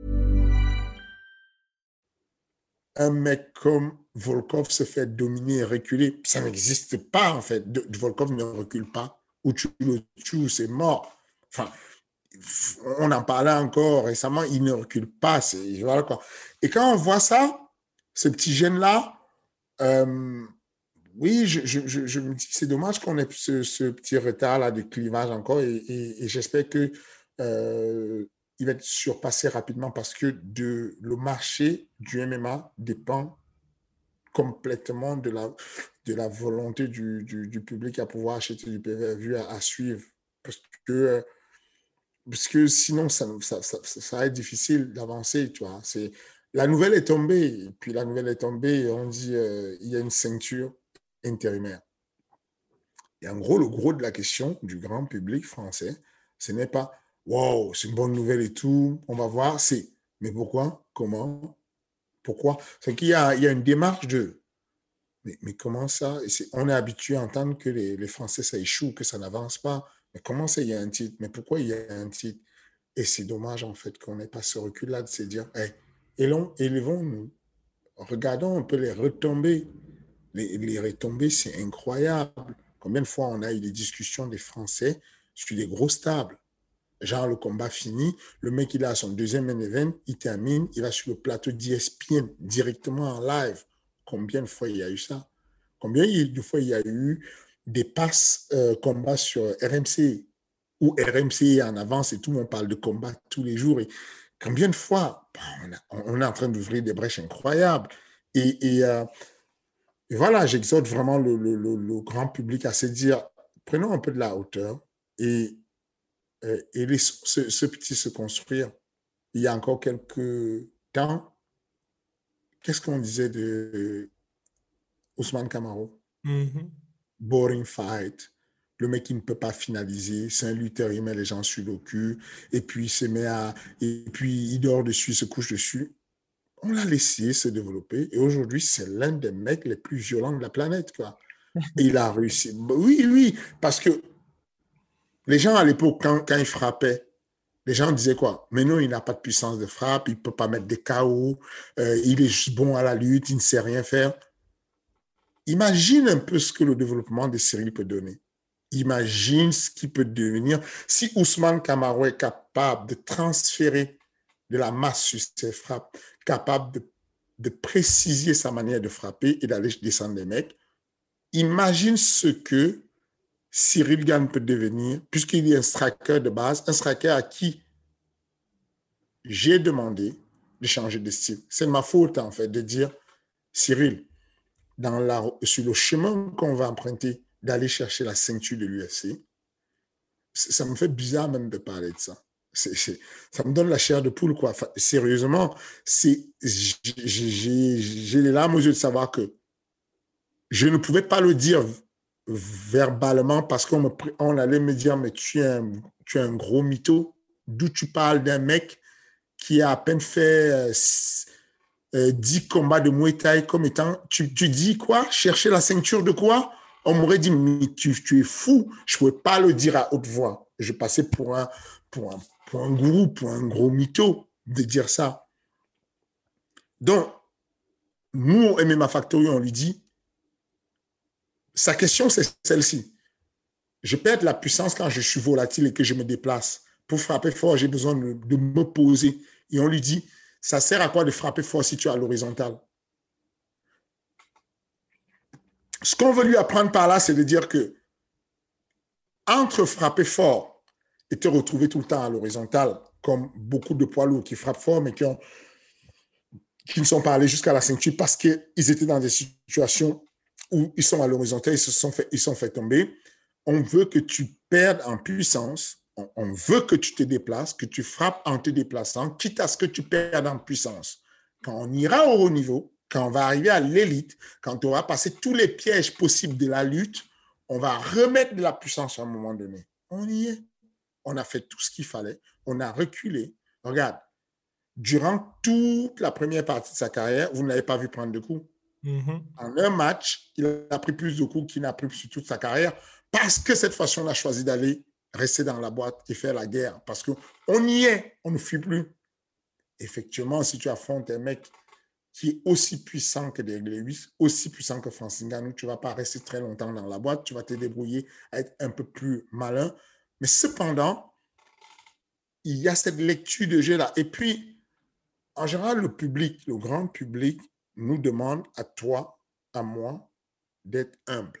Un mec comme Volkov se fait dominer et reculer. Ça n'existe pas, en fait. De, de Volkov ne recule pas. Ou tu le tues, c'est mort. Enfin, on en parlait encore récemment, il ne recule pas. C'est, voilà quoi. Et quand on voit ça, ce petit jeune-là, euh, oui, je, je, je, je me dis que c'est dommage qu'on ait ce, ce petit retard-là de clivage encore et, et, et j'espère que euh, il va être surpassé rapidement parce que de, le marché du M M A dépend complètement de la, de la volonté du, du, du public à pouvoir acheter du pay-per-view à, à suivre. Parce que, parce que sinon, ça, ça, ça, ça va être difficile d'avancer. Tu vois. C'est, la nouvelle est tombée. Et puis la nouvelle est tombée et on dit euh, il y a une ceinture intérimaire. Et en gros, le gros de la question du grand public français, ce n'est pas wow, c'est une bonne nouvelle et tout, on va voir, c'est mais pourquoi, comment, pourquoi? C'est qu'il y a, il y a une démarche de mais, mais comment ça? Et c'est, on est habitué à entendre que les, les Français, ça échoue, que ça n'avance pas. Mais comment ça, il y a un titre? Mais pourquoi il y a un titre? Et c'est dommage, en fait, qu'on n'ait pas ce recul-là de se dire hey, élevons-nous, regardons un peu les retombées Les, les retombées, c'est incroyable. Combien de fois on a eu des discussions des Français sur des grosses tables? Genre, le combat fini, le mec, il a son deuxième main event, il termine, il va sur le plateau d'E S P N, directement en live. Combien de fois il y a eu ça? Combien de fois il y a eu des passes euh, combat sur R M C, où R M C est en avance et tout le monde parle de combat tous les jours. Et combien de fois on, a, on est en train d'ouvrir des brèches incroyables. Et, et, euh, et voilà, j'exhorte vraiment le, le, le, le grand public à se dire, prenons un peu de la hauteur et et laissons ce, ce petit se construire. Il y a encore quelques temps, qu'est-ce qu'on disait de Ousmane Camaro? Mm-hmm. Boring fight. Le mec qui ne peut pas finaliser, c'est un lutteur, il met les gens sur le cul, et puis il se met à, et puis il dort dessus, il se couche dessus. On l'a laissé se développer, et aujourd'hui, c'est l'un des mecs les plus violents de la planète, quoi. Et il a réussi. Oui, oui, parce que les gens, à l'époque, quand, quand ils frappaient, les gens disaient quoi? Mais non, il n'a pas de puissance de frappe, il ne peut pas mettre des K O, euh, il est juste bon à la lutte, il ne sait rien faire. Imagine un peu ce que le développement de Ciryl peut donner. Imagine ce qu'il peut devenir si Ousmane Camaro est capable de transférer de la masse sur ses frappes, capable de, de préciser sa manière de frapper et d'aller descendre les mecs. Imagine ce que Ciryl Gane peut devenir, puisqu'il est un striker de base, un striker à qui j'ai demandé de changer de style. C'est ma faute, en fait, de dire, Ciryl, dans la, sur le chemin qu'on va emprunter, d'aller chercher la ceinture de l'U F C, ça me fait bizarre même de parler de ça. C'est, c'est, ça me donne la chair de poule, quoi. Enfin, sérieusement, c'est, j'ai, j'ai, j'ai les larmes aux yeux de savoir que je ne pouvais pas le dire verbalement parce qu'on me, on allait me dire mais tu es un, tu es un gros mytho, d'où tu parles d'un mec qui a à peine fait euh, euh, dix combats de Muay Thai comme étant, tu, tu dis quoi? Chercher la ceinture de quoi? On m'aurait dit mais tu, tu es fou, je ne pouvais pas le dire à haute voix, je passais pour un, pour un, pour un gourou, pour un gros mytho de dire ça. Donc nous au M M A Factory on lui dit sa question, c'est celle-ci. Je perds de la puissance quand je suis volatile et que je me déplace. Pour frapper fort, j'ai besoin de, de me poser. Et on lui dit, ça sert à quoi de frapper fort si tu es à l'horizontale? Ce qu'on veut lui apprendre par là, c'est de dire que entre frapper fort et te retrouver tout le temps à l'horizontale, comme beaucoup de poids lourds qui frappent fort, mais qui, ont, qui ne sont pas allés jusqu'à la ceinture parce qu'ils étaient dans des situations où ils sont à l'horizontale, ils se sont fait, ils sont fait tomber. On veut que tu perdes en puissance, on, on veut que tu te déplaces, que tu frappes en te déplaçant, quitte à ce que tu perdes en puissance. Quand on ira au haut niveau, quand on va arriver à l'élite, quand on va passer tous les pièges possibles de la lutte, on va remettre de la puissance à un moment donné. On y est. On a fait tout ce qu'il fallait. On a reculé. Regarde, durant toute la première partie de sa carrière, vous ne l'avez pas vu prendre de coups. Mm-hmm. En un match, il a pris plus de coups qu'il n'a pris sur toute sa carrière parce que cette fois-ci, on a choisi d'aller rester dans la boîte et faire la guerre parce qu'on y est, on ne fuit plus. Effectivement, si tu affrontes un mec qui est aussi puissant que Derek Lewis, aussi puissant que Francis Ngannou, tu ne vas pas rester très longtemps dans la boîte, tu vas te débrouiller à être un peu plus malin. Mais cependant, il y a cette lecture de jeu-là. Et puis, en général, le public, le grand public, nous demande à toi, à moi, d'être humble.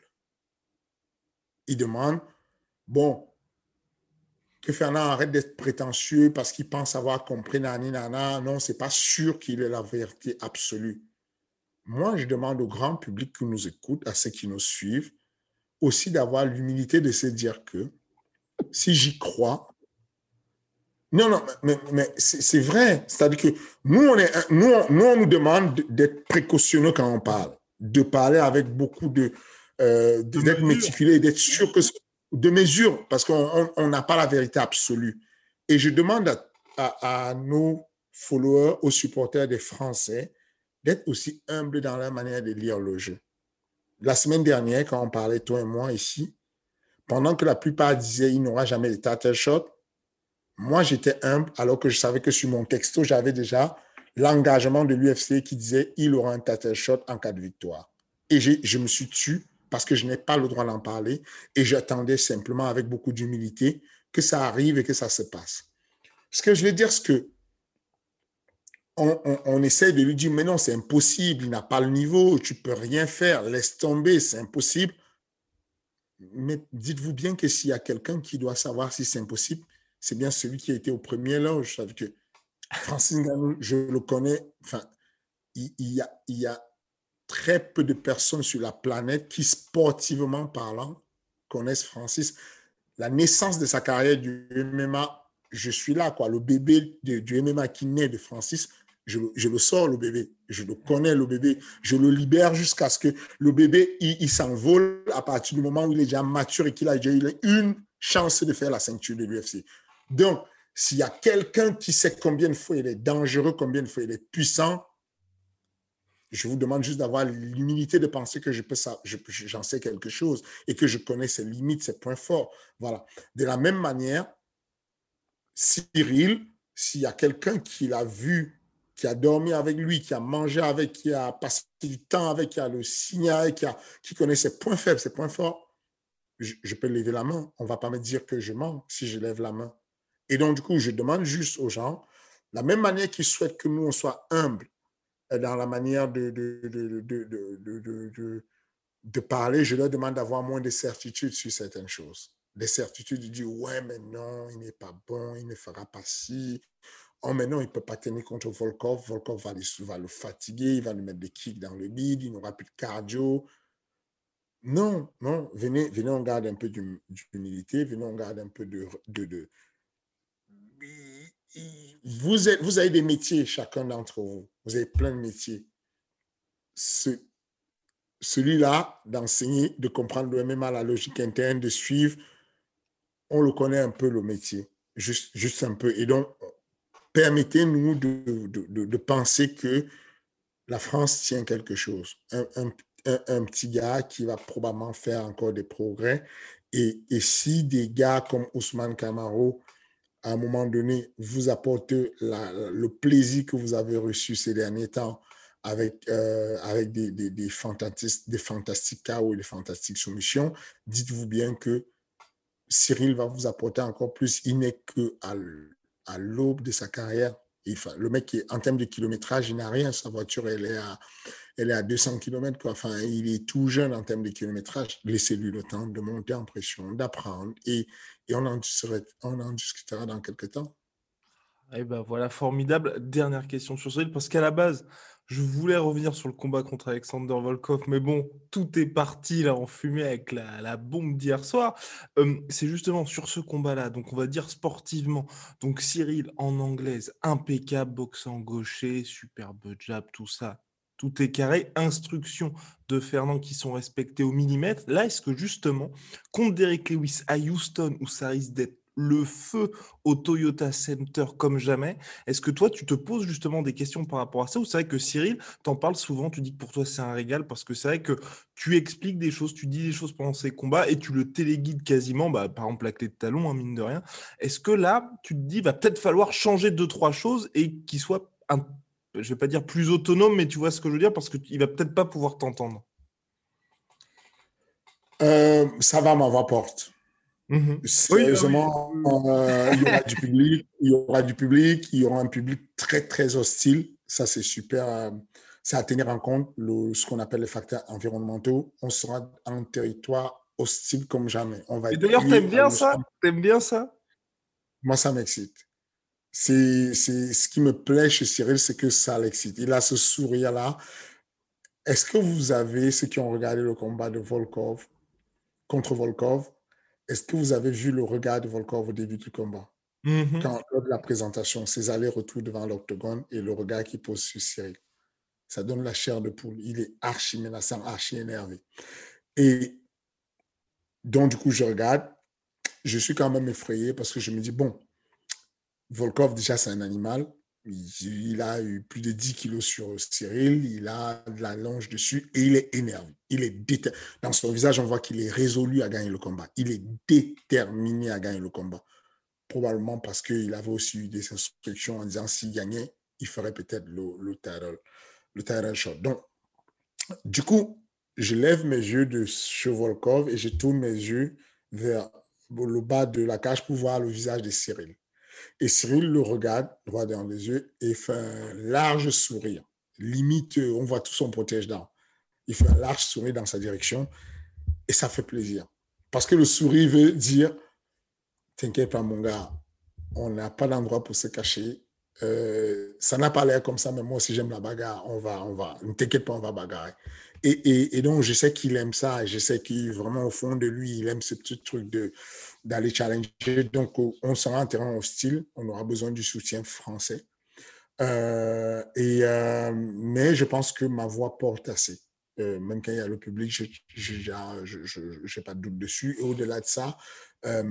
Il demande, bon, que Fernand arrête d'être prétentieux parce qu'il pense avoir compris nani nana. Non, ce n'est pas sûr qu'il ait la vérité absolue. Moi, je demande au grand public qui nous écoute, à ceux qui nous suivent, aussi d'avoir l'humilité de se dire que si j'y crois, non, non, mais, mais c'est, c'est vrai. C'est-à-dire que nous, on, est, nous, on, nous, on nous demande d'être précautionneux quand on parle, de parler avec beaucoup de... Euh, de d'être méticuleux et d'être sûr que... De mesure, parce qu'on n'a pas la vérité absolue. Et je demande à, à, à nos followers, aux supporters des Français, d'être aussi humbles dans leur manière de lire le jeu. La semaine dernière, quand on parlait, toi et moi, ici, pendant que la plupart disaient qu'il n'y aura jamais de title shot, moi, j'étais humble alors que je savais que sur mon texto, j'avais déjà l'engagement de l'U F C qui disait qu'il aura un title shot en cas de victoire. Et j'ai, je me suis tu parce que je n'ai pas le droit d'en parler et j'attendais simplement avec beaucoup d'humilité que ça arrive et que ça se passe. Ce que je veux dire, c'est que on, on, on essaie de lui dire, mais non, c'est impossible, il n'a pas le niveau, tu ne peux rien faire, laisse tomber, c'est impossible. Mais dites-vous bien que s'il y a quelqu'un qui doit savoir si c'est impossible, c'est bien celui qui a été au premier loge. Ça veut dire que Francis Ngannou, je le connais, enfin, il, il, y a, il y a très peu de personnes sur la planète qui, sportivement parlant, connaissent Francis. La naissance de sa carrière du M M A, je suis là, quoi. Le bébé de, du M M A qui naît de Francis, je, je le sors, le bébé. Je le connais, le bébé. Je le libère jusqu'à ce que le bébé, il, il s'envole à partir du moment où il est déjà mature et qu'il a déjà eu une chance de faire la ceinture de l'U F C. Donc, s'il y a quelqu'un qui sait combien de fois il est dangereux, combien de fois il est puissant, je vous demande juste d'avoir l'humilité de penser que je peux ça, je, j'en sais quelque chose et que je connais ses limites, ses points forts. Voilà. De la même manière, Cyril, s'il y a quelqu'un qui l'a vu, qui a dormi avec lui, qui a mangé avec, qui a passé du temps avec, qui a le signé, qui, a, qui connaît ses points faibles, ses points forts, je, je peux lever la main. On ne va pas me dire que je mens si je lève la main. Et donc, du coup, je demande juste aux gens, de la même manière qu'ils souhaitent que nous, on soit humbles dans la manière de, de, de, de, de, de, de, de, de parler, je leur demande d'avoir moins de certitudes sur certaines choses. Des certitudes de dire, ouais, mais non, il n'est pas bon, il ne fera pas ci. Oh, mais non, il ne peut pas tenir contre Volkov. Volkov va, les, va le fatiguer, il va lui mettre des kicks dans le bide, il n'aura plus de cardio. Non, non, venez, venez, on garde un peu d'humilité, venez, on garde un peu de... de, de vous, êtes, vous avez des métiers, chacun d'entre vous. Vous avez plein de métiers. Ce, celui-là, d'enseigner, de comprendre le M M A, la logique interne, de suivre, on le connaît un peu, le métier. Juste, juste un peu. Et donc, permettez-nous de, de, de, de penser que la France tient quelque chose. Un, un, un, un petit gars qui va probablement faire encore des progrès. Et, et si des gars comme Ousmane Camaro, à un moment donné, vous apporte la, le plaisir que vous avez reçu ces derniers temps avec, euh, avec des, des, des, fantastiques, des fantastiques K O et des fantastiques soumissions, dites-vous bien que Cyril va vous apporter encore plus. Il n'est qu'à à l'aube de sa carrière. Enfin, le mec, est, en termes de kilométrage, il n'a rien. Sa voiture, elle est à, elle est à deux cents kilomètres. Quoi. Enfin, il est tout jeune en termes de kilométrage. Laissez-lui le temps de monter en pression, d'apprendre. Et, et on, en discutera, on en discutera dans quelques temps. Et ben voilà, formidable. Dernière question sur Cyril, parce qu'à la base, je voulais revenir sur le combat contre Alexander Volkov, mais bon, tout est parti là en fumée avec la, la bombe d'hier soir. Euh, c'est justement sur ce combat-là, donc on va dire sportivement. Donc Cyril en anglaise, impeccable, boxant gaucher, superbe jab, tout ça. Tout est carré, instructions de Fernand qui sont respectées au millimètre. Là, est-ce que justement, contre Derek Lewis à Houston, où ça risque d'être le feu au Toyota Center comme jamais, est-ce que toi, tu te poses justement des questions par rapport à ça, ou c'est vrai que Cyril, t'en parles souvent, tu dis que pour toi, c'est un régal, parce que c'est vrai que tu expliques des choses, tu dis des choses pendant ces combats, et tu le téléguides quasiment, bah, par exemple la clé de talon, hein, mine de rien. Est-ce que là, tu te dis, va peut-être falloir changer deux, trois choses, et qu'il soit un je vais pas dire plus autonome, mais tu vois ce que je veux dire, parce qu'il va peut-être pas pouvoir t'entendre. Euh, ça va m'en porte. Mmh. Sérieusement, oui, oui. Euh, il y aura du public, il y aura du public, il y aura un public très, très hostile. Ça, c'est super. C'est à tenir en compte le, ce qu'on appelle les facteurs environnementaux. On sera en territoire hostile comme jamais. On va Et d'ailleurs, t'aimes bien ça? T'aimes bien ça? Moi, ça m'excite. C'est, c'est, ce qui me plaît chez Cyril, c'est que ça l'excite. Il a ce sourire-là. Est-ce que vous avez, ceux qui ont regardé le combat de Volkov, contre Volkov, est-ce que vous avez vu le regard de Volkov au début du combat? Mmh. Quand, lors de la présentation, ses allers-retours devant l'octogone et le regard qu'il pose sur Cyril. Ça donne la chair de poule. Il est archi menaçant, archi énervé. Et donc, du coup, je regarde. Je suis quand même effrayé parce que je me dis, bon, Volkov, déjà, c'est un animal. Il a eu plus de dix kilos sur Cyril. Il a de la longe dessus et il est énervé. Il est déter... Dans son visage, on voit qu'il est résolu à gagner le combat. Il est déterminé à gagner le combat. Probablement parce qu'il avait aussi eu des instructions en disant s'il gagnait, il ferait peut-être le, le, title, le title shot. Donc, du coup, je lève mes yeux de chez Volkov et je tourne mes yeux vers le bas de la cage pour voir le visage de Cyril. Et Cyril le regarde droit dans les yeux et fait un large sourire. Limite, on voit tout son protège-dents. Il fait un large sourire dans sa direction et ça fait plaisir. Parce que le sourire veut dire, t'inquiète pas mon gars, on n'a pas d'endroit pour se cacher. Euh, ça n'a pas l'air comme ça, mais moi aussi j'aime la bagarre. On va, on va, ne t'inquiète pas, on va bagarrer. Et, et, et donc, je sais qu'il aime ça. Je sais qu'il, vraiment, au fond de lui, il aime ce petit truc de, d'aller challenger. Donc, on sera en terrain hostile. On aura besoin du soutien français. Euh, et, euh, mais je pense que ma voix porte assez. Euh, même quand il y a le public, je n'ai pas de doute dessus. Et au-delà de ça, euh,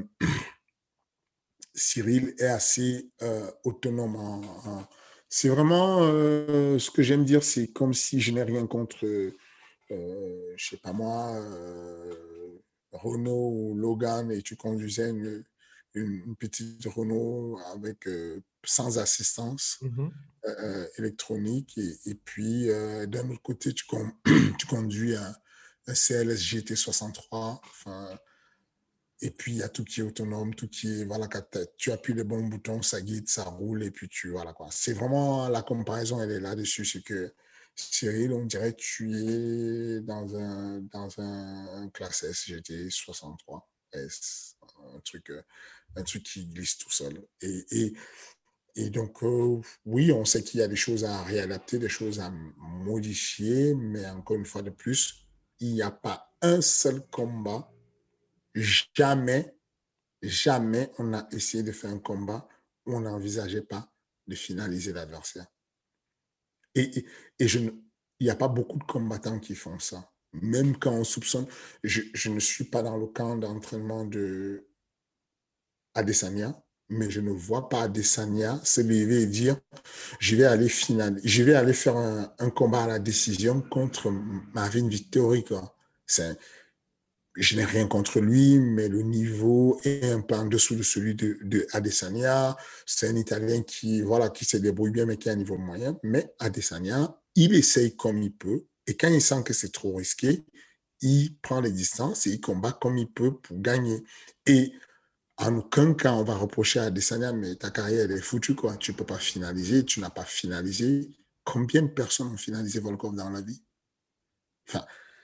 Cyril est assez euh, autonome. En, en... C'est vraiment euh, ce que j'aime dire, c'est comme si je n'ai rien contre... Euh, je sais pas moi, euh, Renault ou Logan et tu conduisais une, une, une petite Renault avec, euh, sans assistance mm-hmm. euh, électronique et, et puis euh, d'un autre côté tu, con, tu conduis un, un C L S G T soixante-trois enfin, et puis il y a tout qui est autonome, tout qui est, voilà, tu appuies les bons boutons, ça guide, ça roule et puis tu, voilà quoi. C'est vraiment, la comparaison elle est là-dessus, c'est que Cyril, on dirait que tu es dans un, dans un, un classe S G T soixante-trois S, un truc, un truc qui glisse tout seul. Et, et, et donc, euh, oui, on sait qu'il y a des choses à réadapter, des choses à modifier, mais encore une fois de plus, il n'y a pas un seul combat, jamais, jamais on a essayé de faire un combat où on n'envisageait pas de finaliser l'adversaire. Et, et, et je, il n'y a pas beaucoup de combattants qui font ça. Même quand on soupçonne, je, je ne suis pas dans le camp d'entraînement de Adesanya, mais je ne vois pas Adesanya se lever et dire je vais aller, final, je vais aller faire un, un combat à la décision contre Marvin Vettori. C'est, je n'ai rien contre lui, mais le niveau est un peu en dessous de celui de, de Adesanya. C'est un Italien qui, voilà, qui se débrouille bien, mais qui a un niveau moyen. Mais Adesanya, il essaye comme il peut. Et quand il sent que c'est trop risqué, il prend les distances et il combat comme il peut pour gagner. Et en aucun cas, on va reprocher à Adesanya, mais ta carrière, elle est foutue, quoi. Tu ne peux pas finaliser, tu n'as pas finalisé. Combien de personnes ont finalisé Volkov dans la vie? Enfin,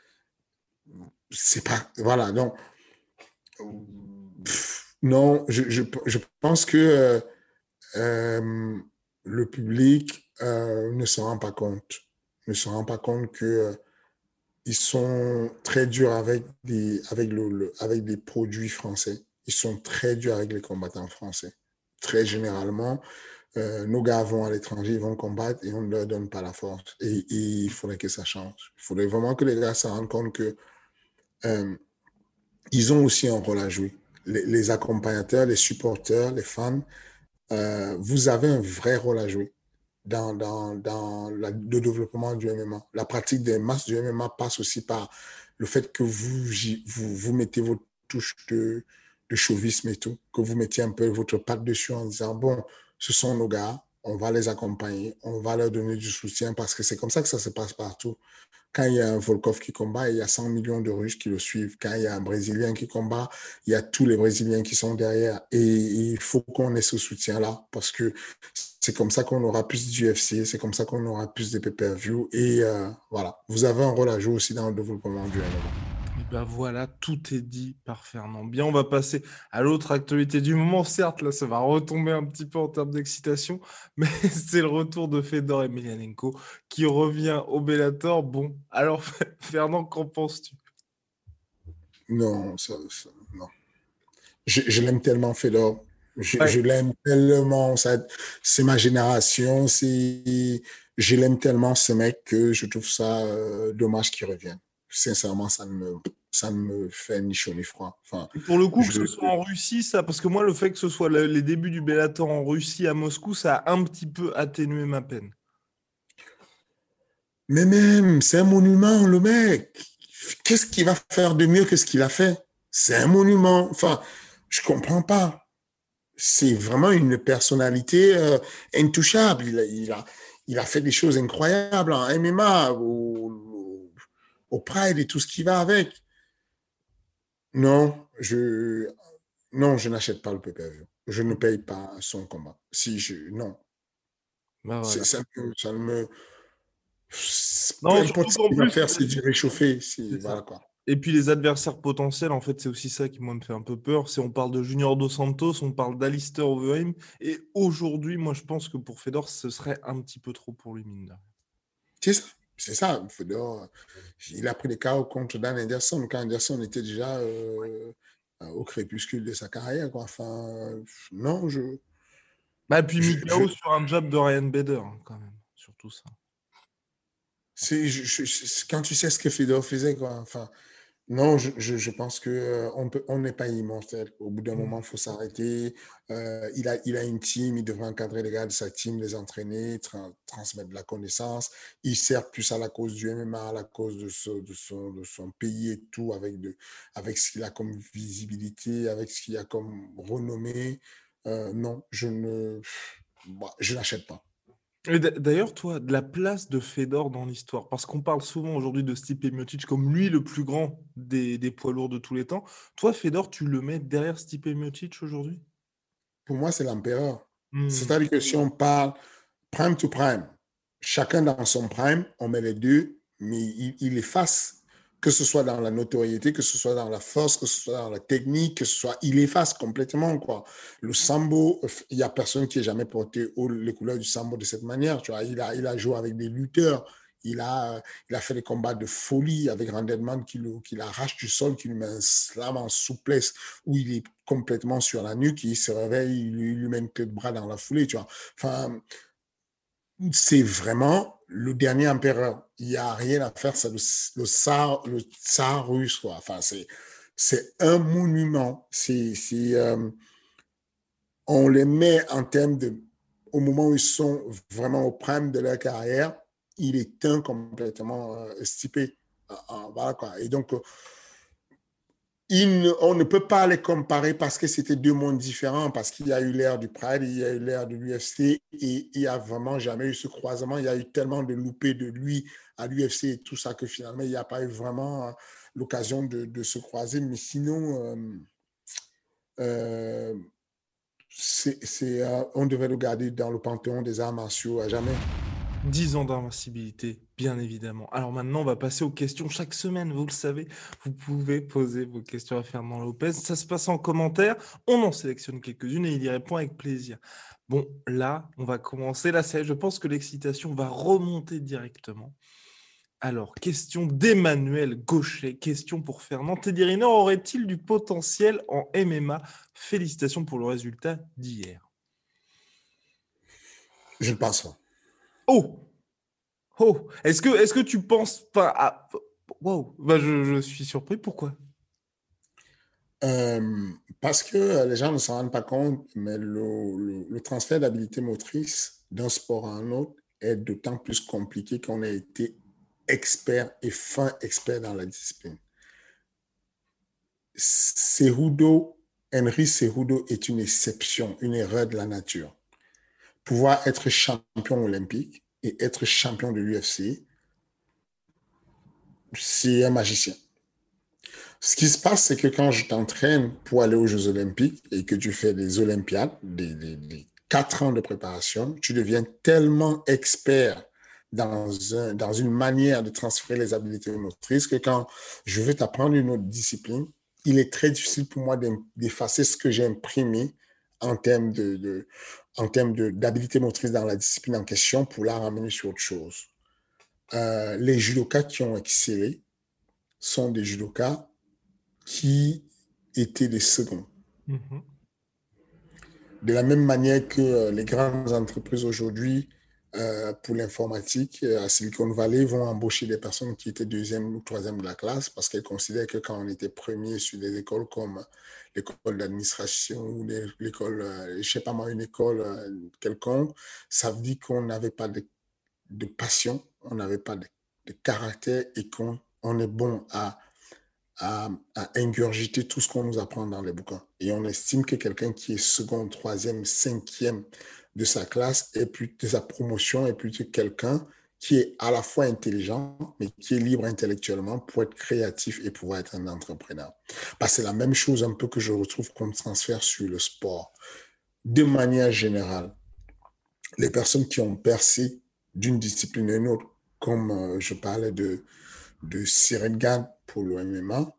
c'est pas, voilà, donc pff, non, je, je, je pense que euh, euh, le public euh, ne se rend pas compte, ne se rend pas compte que euh, ils sont très durs avec des, avec le, le, avec des produits français. Ils sont très durs avec les combattants français. Très généralement, euh, nos gars vont à l'étranger, ils vont combattre et on ne leur donne pas la force. Et, et il faudrait que ça change. Il faudrait vraiment que les gars se rendent compte que Euh, ils ont aussi un rôle à jouer. Les, les accompagnateurs, les supporters, les fans, euh, vous avez un vrai rôle à jouer dans, dans, dans la, le développement du M M A. La pratique des masses du M M A passe aussi par le fait que vous, vous, vous mettez votre touche de, de chauvisme et tout, que vous mettiez un peu votre patte dessus en disant, bon, ce sont nos gars, on va les accompagner, on va leur donner du soutien parce que c'est comme ça que ça se passe partout. Quand il y a un Volkov qui combat, il y a cent millions de Russes qui le suivent. Quand il y a un Brésilien qui combat, il y a tous les Brésiliens qui sont derrière. Et il faut qu'on ait ce soutien-là parce que c'est comme ça qu'on aura plus d'U F C, c'est comme ça qu'on aura plus de pay-per-view. Et euh, voilà, vous avez un rôle à jouer aussi dans le développement du M M A. Et ben voilà, tout est dit par Fernand. Bien, on va passer à l'autre actualité du moment. Certes, là, ça va retomber un petit peu en termes d'excitation, mais c'est le retour de Fedor Emelianenko qui revient au Bellator. Bon, alors Fernand, qu'en penses-tu? Non, ça, ça, non. Je, je l'aime tellement, Fedor. Je, ouais. je l'aime tellement. Ça, c'est ma génération. C'est, je l'aime tellement, ce mec, que je trouve ça euh, dommage qu'il revienne. Sincèrement, ça ne me, ça ne me fait ni chaud ni froid. Enfin, et pour le coup, je... que ce soit en Russie, ça, parce que moi, le fait que ce soit le, les débuts du Bellator en Russie, à Moscou, ça a un petit peu atténué ma peine. Mais même, c'est un monument, le mec. Qu'est-ce qu'il va faire de mieux que ce qu'il a fait? C'est un monument. Enfin, je ne comprends pas. C'est vraiment une personnalité euh, intouchable. Il a, il, a, il a fait des choses incroyables en M M A. Au, au Pride et tout ce qui va avec. Non, je, non, je n'achète pas le pay-per-view. Je ne paye pas son combat. Si je, non, Bah c'est, voilà. ça, ça ne me, peu Non, importe surtout ce qu'en qu'il va plus, faire, c'est du réchauffé. C'est, c'est voilà ça. quoi. Et puis les adversaires potentiels, en fait, c'est aussi ça qui, moi, me fait un peu peur. C'est on parle de Junior Dos Santos, on parle d'Alistair Overeem. Et aujourd'hui, moi, je pense que pour Fedor, ce serait un petit peu trop pour lui, mine de rien. C'est ça. C'est ça. Fedor, il a pris des K O contre Dan Anderson quand Anderson était déjà euh, au crépuscule de sa carrière. Quoi. Enfin, non, je, Bah, et puis je, mis je K O sur un jab de Ryan Bader, hein, quand même. Surtout ça. c'est, je, je, je- quand tu sais ce que Fedor faisait, quoi. Enfin, non, je, je, je pense que euh, on peut, on n'est pas immortel. Au bout d'un moment, Mm. il faut s'arrêter. Euh, il a, il a une team, il devrait encadrer les gars de sa team, les entraîner, tra- transmettre de la connaissance. Il sert plus à la cause du M M A, à la cause de, ce, de, son, de son pays et tout, avec, de, avec ce qu'il a comme visibilité, avec ce qu'il a comme renommée. Euh, non, je ne, bah, je n'achète pas. Et d'a- d'ailleurs, toi, de la place de Fedor dans l'histoire, parce qu'on parle souvent aujourd'hui de Stipe Miocic comme lui le plus grand des, des poids lourds de tous les temps. Toi, Fedor, tu le mets derrière Stipe Miocic aujourd'hui? Pour moi, c'est l'empereur. Hmm. C'est-à-dire que si on parle prime to prime, chacun dans son prime, on met les deux, mais il, il efface, que ce soit dans la notoriété, que ce soit dans la force, que ce soit dans la technique, que ce soit, il efface complètement, quoi. Le sambo, il n'y a personne qui ait jamais porté haut les couleurs du sambo de cette manière, tu vois. Il a, il a joué avec des lutteurs. Il a, il a fait des combats de folie avec Randelman qui, le, qui l'arrache du sol, qui lui met un slam en souplesse où il est complètement sur la nuque, il se réveille, il lui, il lui met une clé de bras dans la foulée, tu vois. Enfin, c'est vraiment le dernier empereur. Il n'y a rien à faire, c'est le, le, tsar, le tsar russe, quoi. Enfin, c'est, c'est un monument. C'est, c'est, euh, on les met en termes de, au moment où ils sont vraiment au prime de leur carrière, il est teint complètement euh, stipé. Euh, voilà, quoi. Et donc, euh, ne, on ne peut pas les comparer parce que c'était deux mondes différents, parce qu'il y a eu l'ère du Pride, il y a eu l'ère de l'U F C et il n'y a vraiment jamais eu ce croisement. Il y a eu tellement de loupés de lui à l'U F C et tout ça que finalement, il n'y a pas eu vraiment l'occasion de, de se croiser. Mais sinon, euh, euh, c'est, c'est, euh, on devait le garder dans le panthéon des arts martiaux à jamais. dix ans d'invincibilité, bien évidemment. Alors maintenant, on va passer aux questions chaque semaine, vous le savez. Vous pouvez poser vos questions à Fernand Lopez. Ça se passe en commentaire. On en sélectionne quelques-unes et il y répond avec plaisir. Bon, là, on va commencer. Là, c'est, je pense que l'excitation va remonter directement. Alors, question d'Emmanuel Gauchet. Question pour Fernand. Teddy Riner aurait-il du potentiel en M M A? Félicitations pour le résultat d'hier. Je ne pense pas. Oh! Oh! Est-ce que, est-ce que tu penses pas à... Wow! Bah, je, je suis surpris. Pourquoi? Euh, parce que les gens ne s'en rendent pas compte, mais le, le, le transfert d'habilité motrice d'un sport à un autre est d'autant plus compliqué qu'on a été expert et fin expert dans la discipline. Cejudo, Henry Cejudo est une exception, une erreur de la nature. Pouvoir être champion olympique et être champion de l'U F C, c'est un magicien. Ce qui se passe, c'est que quand je t'entraîne pour aller aux Jeux Olympiques et que tu fais des Olympiades, des, des, des quatre ans de préparation, tu deviens tellement expert dans, un, dans une manière de transférer les habiletés motrices que quand je veux t'apprendre une autre discipline, il est très difficile pour moi d'effacer ce que j'ai imprimé en termes de, de, en termes de, d'habilité motrice dans la discipline en question pour la ramener sur autre chose. Euh, les judokas qui ont excellé sont des judokas qui étaient les seconds. Mm-hmm. De la même manière que les grandes entreprises aujourd'hui, euh, pour l'informatique, à Silicon Valley, vont embaucher des personnes qui étaient deuxième ou troisième de la classe parce qu'elles considèrent que quand on était premier sur des écoles comme l'école d'administration ou l'école, euh, je ne sais pas moi, une école euh, quelconque, ça veut dire qu'on n'avait pas de, de passion, on n'avait pas de, de caractère et qu'on on est bon à À, à ingurgiter tout ce qu'on nous apprend dans les bouquins. Et on estime que quelqu'un qui est second, troisième, cinquième de sa classe et plus de sa promotion est plutôt quelqu'un qui est à la fois intelligent, mais qui est libre intellectuellement pour être créatif et pouvoir être un entrepreneur. Parce que c'est la même chose un peu que je retrouve comme transfert sur le sport. De manière générale, les personnes qui ont percé d'une discipline à une autre, comme euh, je parlais de, de Cyril Gane pour le M M A,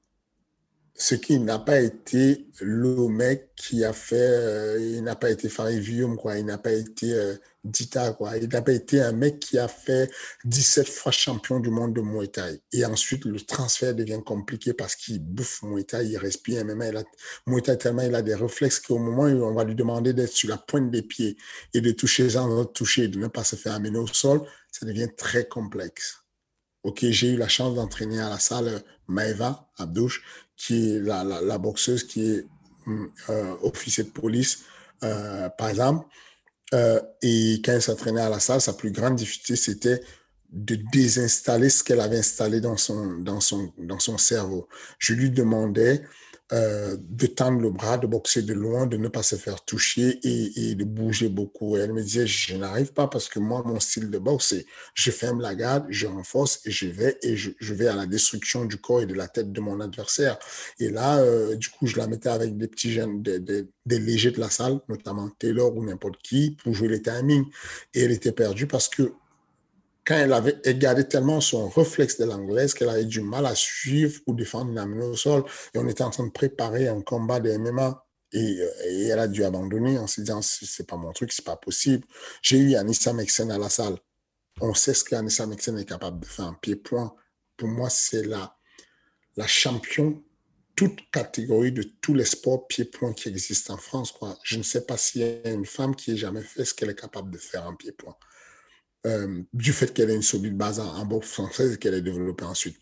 ce qui n'a pas été le mec qui a fait, euh, il n'a pas été Farid Vioum, quoi, il n'a pas été euh, Dita, quoi, il n'a pas été un mec qui a fait dix-sept fois champion du monde de Muay Thai. Et ensuite, le transfert devient compliqué parce qu'il bouffe Muay Thai, il respire M M A, il a, Muay Thai tellement il a des réflexes qu'au moment où on va lui demander d'être sur la pointe des pieds et de toucher sans toucher, de ne pas se faire amener au sol, ça devient très complexe. Ok, j'ai eu la chance d'entraîner à la salle Maeva Abdouche, qui est la, la, la boxeuse qui est euh, officier de police, euh, par exemple. Euh, et quand elle s'entraînait à la salle, sa plus grande difficulté, c'était de désinstaller ce qu'elle avait installé dans son, dans son, dans son cerveau. Je lui demandais euh, de tendre le bras, de boxer de loin, de ne pas se faire toucher et, et de bouger beaucoup. Et elle me disait, je n'arrive pas parce que moi, mon style de boxe, c'est je ferme la garde, je renforce et je vais, et je, je vais à la destruction du corps et de la tête de mon adversaire. Et là, euh, du coup, je la mettais avec des petits jeunes, des, des, des légers de la salle, notamment Taylor ou n'importe qui, pour jouer les timings. Et elle était perdue parce que quand elle avait gardé tellement son réflexe de l'anglaise qu'elle avait du mal à suivre pour défendre une amenée au sol. Et on était en train de préparer un combat de M M A. Et, et elle a dû abandonner en se disant, c'est pas mon truc, c'est pas possible. J'ai eu Anissa Meksen à la salle. On sait ce qu'Anissa Meksen est capable de faire en pied-point. Pour moi, c'est la, la championne, toute catégorie de tous les sports pied-point qui existent en France, quoi. Je ne sais pas s'il y a une femme qui ait jamais fait ce qu'elle est capable de faire en pied-point. Euh, du fait qu'elle ait une solide base en, en boxe française et qu'elle ait développé ensuite.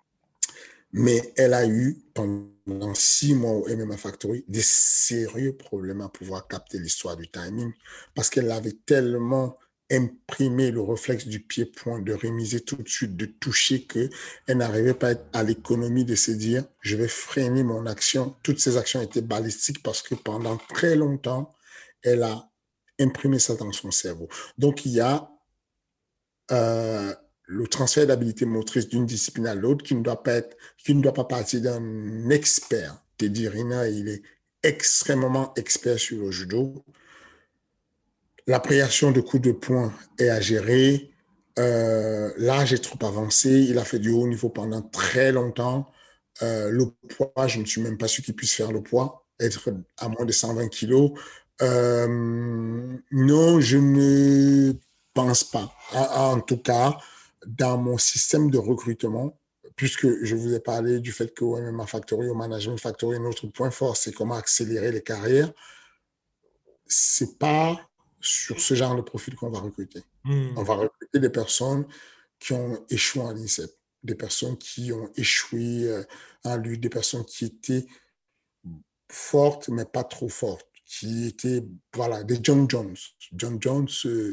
Mais elle a eu, pendant six mois au M M A Factory, des sérieux problèmes à pouvoir capter l'histoire du timing parce qu'elle avait tellement imprimé le réflexe du pied-point, de rémiser tout de suite, de toucher, qu'elle n'arrivait pas à l'économie de se dire « je vais freiner mon action ». Toutes ses actions étaient balistiques parce que pendant très longtemps, elle a imprimé ça dans son cerveau. Donc, il y a Euh, le transfert d'habilité motrice d'une discipline à l'autre qui ne doit pas être, qui ne doit pas partir d'un expert. Teddy Riner, il est extrêmement expert sur le judo. L'appréhension de coups de poing est à gérer. Euh, l'âge est trop avancé. Il a fait du haut niveau pendant très longtemps. Euh, le poids, je ne suis même pas sûr qu'il puisse faire le poids, être à moins de cent vingt kilos. Euh, non, je ne pense pas. En, en tout cas, dans mon système de recrutement, puisque je vous ai parlé du fait qu'au M M A Factory, au Management Factory, notre point fort, c'est comment accélérer les carrières. C'est pas sur ce genre de profil qu'on va recruter. Mmh. On va recruter des personnes qui ont échoué en l'INSEP, des personnes qui ont échoué en lutte, des personnes qui étaient fortes, mais pas trop fortes, qui étaient, voilà, des John Jones. John Jones, euh,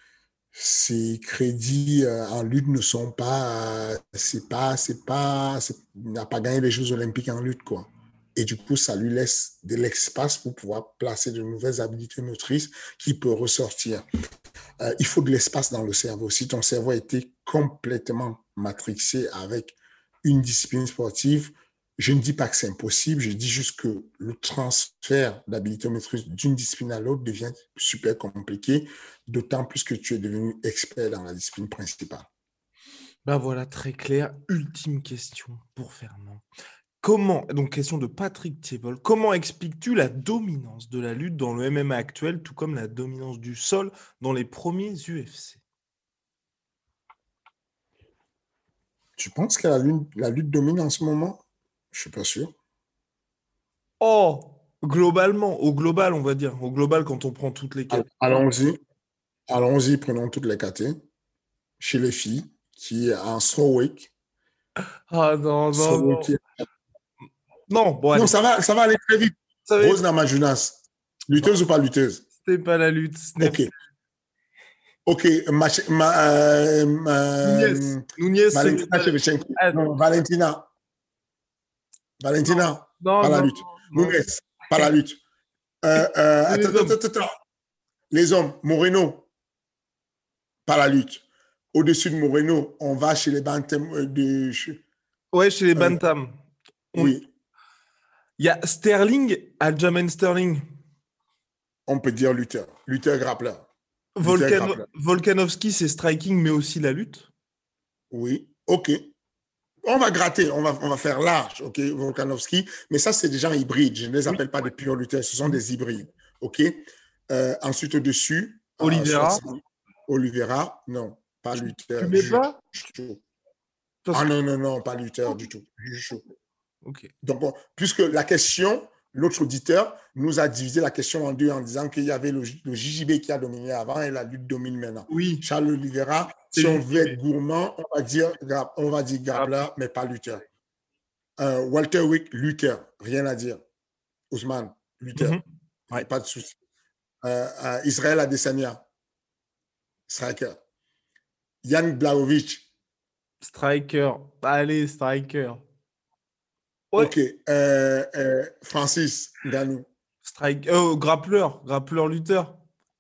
ses crédits euh, en lutte ne sont pas, euh, c'est pas, c'est pas, c'est, il n'a pas gagné les Jeux Olympiques en lutte, quoi. Et du coup, ça lui laisse de l'espace pour pouvoir placer de nouvelles habilités motrices qui peuvent ressortir. Euh, il faut de l'espace dans le cerveau. Si ton cerveau a été complètement matrixé avec une discipline sportive, je ne dis pas que c'est impossible, je dis juste que le transfert d'habilité motrice d'une discipline à l'autre devient super compliqué, d'autant plus que tu es devenu expert dans la discipline principale. Ben voilà, très clair. Ultime question pour Fernand. Comment, donc question de Patrick Thiévol, comment expliques-tu la dominance de la lutte dans le M M A actuel, tout comme la dominance du sol dans les premiers U F C? Tu penses que la lutte, la lutte domine en ce moment? Je ne suis pas sûr. Oh, globalement, au global, on va dire. Au global, quand on prend toutes les catégories. Allons-y. Allons-y, prenons toutes les catégories. Chez les filles, qui est en Slowick. Ah non, non, non. Est... Non, bon, allez. Non, ça va, ça va aller très vite. Rose Namajunas. Lutteuse ou pas lutteuse? C'est pas la lutte. Ok. Ok, ma, ma, euh, ma, Nunez, Valentina Shevchenko. Ah, non, Valentina. Valentina, non, pas non, la lutte. Non, Nunez, pas la lutte. Euh, euh, attends, attends, attends, attends. Les hommes, Moreno, pas la lutte. au-dessus de Moreno, on va chez les bantams de... Ouais, chez les Euh, bantams. On- oui, Il y a Sterling, Aljamain Sterling. on peut dire lutteur. Lutteur grappleur. Lutteur Volkan... grappleur. Volkanovski, c'est striking, mais aussi la lutte. Oui, ok. On va gratter, on va, on va faire large, ok, Volkanovski. Mais ça, c'est des gens hybrides. Je ne les appelle Oui. pas des purs lutteurs, ce sont des hybrides, ok. Euh, ensuite, au-dessus, euh, Oliveira. Oliveira, non, pas Tu lutteur. mets Ju- pas chaud. Parce Ah que... non, non, non, pas lutteur du tout. Ju- chaud. Ok. Donc, bon, puisque la question, l'autre auditeur nous a divisé la question en deux en disant qu'il y avait le, le J J B qui a dominé avant et la lutte domine maintenant. Oui. Charles Oliveira, C'est si on J J B. veut être gourmand, on va dire, gra- on va dire grappleur, mais pas lutteur. Euh, Walter Wick, lutteur, rien à dire. Ousmane, lutteur, Mhm. Ouais. pas de souci. Euh, euh, Israël Adesanya, striker. Yann Blaovic, Striker. Allez, striker. Ouais. ok. Euh, euh, Francis Ngannou, Strike... Oh, grappleur. Grappleur lutteur.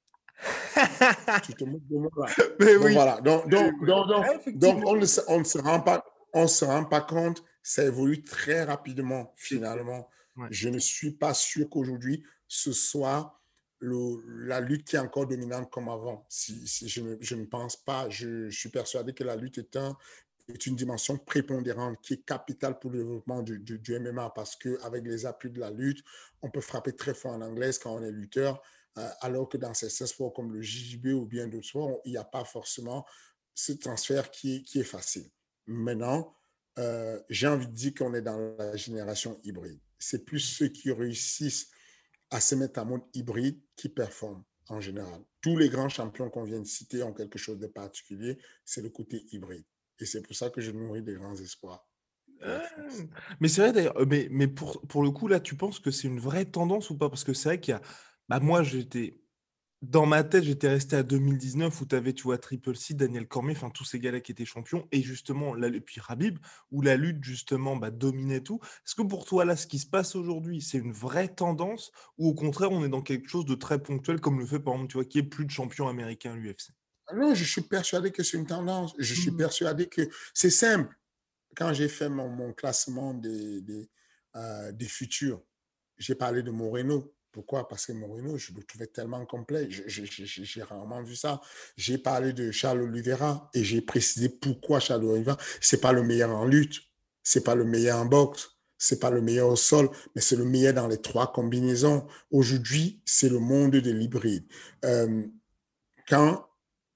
tu te moques de moi là. Mais Donc oui. voilà, donc, donc, donc, donc, Ah, effectivement. donc on, ne se, on ne se rend pas, on se rend pas compte, ça évolue très rapidement finalement. Ouais. Je ne suis pas sûr qu'aujourd'hui ce soit le, la lutte qui est encore dominante comme avant. Si, si je, ne, je ne pense pas, je, je suis persuadé que la lutte est, un, est une dimension prépondérante qui est capitale pour le développement du, du, du M M A parce qu'avec les appuis de la lutte, on peut frapper très fort en anglaise quand on est lutteur. Euh, alors que dans certains sports comme le J J B ou bien d'autres sports, il n'y a pas forcément ce transfert qui est, qui est facile. Maintenant, euh, j'ai envie de dire qu'on est dans la génération hybride. C'est plus ceux qui réussissent à se mettre en mode hybride qui performent en général. Tous les grands champions qu'on vient de citer ont quelque chose de particulier, c'est le côté hybride. Et c'est pour ça que je nourris des grands espoirs. Ah, mais c'est vrai d'ailleurs, mais, mais pour, pour le coup, là, tu penses que c'est une vraie tendance ou pas? Parce que c'est vrai qu'il y a. Bah, moi, j'étais. Dans ma tête, j'étais resté à deux mille dix-neuf où tu avais, tu vois, Triple C, Daniel Cormier, enfin tous ces gars-là qui étaient champions, et justement, là, et puis Khabib, où la lutte, justement, bah, dominait tout. Est-ce que pour toi, là, ce qui se passe aujourd'hui, c'est une vraie tendance, ou au contraire, on est dans quelque chose de très ponctuel, comme le fait, par exemple, tu vois, qu'il n'y ait plus de champions américains à l'U F C? Non, je suis persuadé que c'est une tendance. Je suis Mmh. persuadé que c'est simple. Quand j'ai fait mon, mon classement des, des, euh, des futurs, j'ai parlé de Moreno. Pourquoi? Parce que Moreno, je le trouvais tellement complet. Je- je- je- J'ai rarement vu ça. J'ai parlé de Charles Oliveira et j'ai précisé pourquoi Charles Oliveira, c'est pas le meilleur en lutte, c'est pas le meilleur en boxe, c'est pas le meilleur au sol, mais c'est le meilleur dans les trois combinaisons. Aujourd'hui, c'est le monde de l'hybride. Euh, quand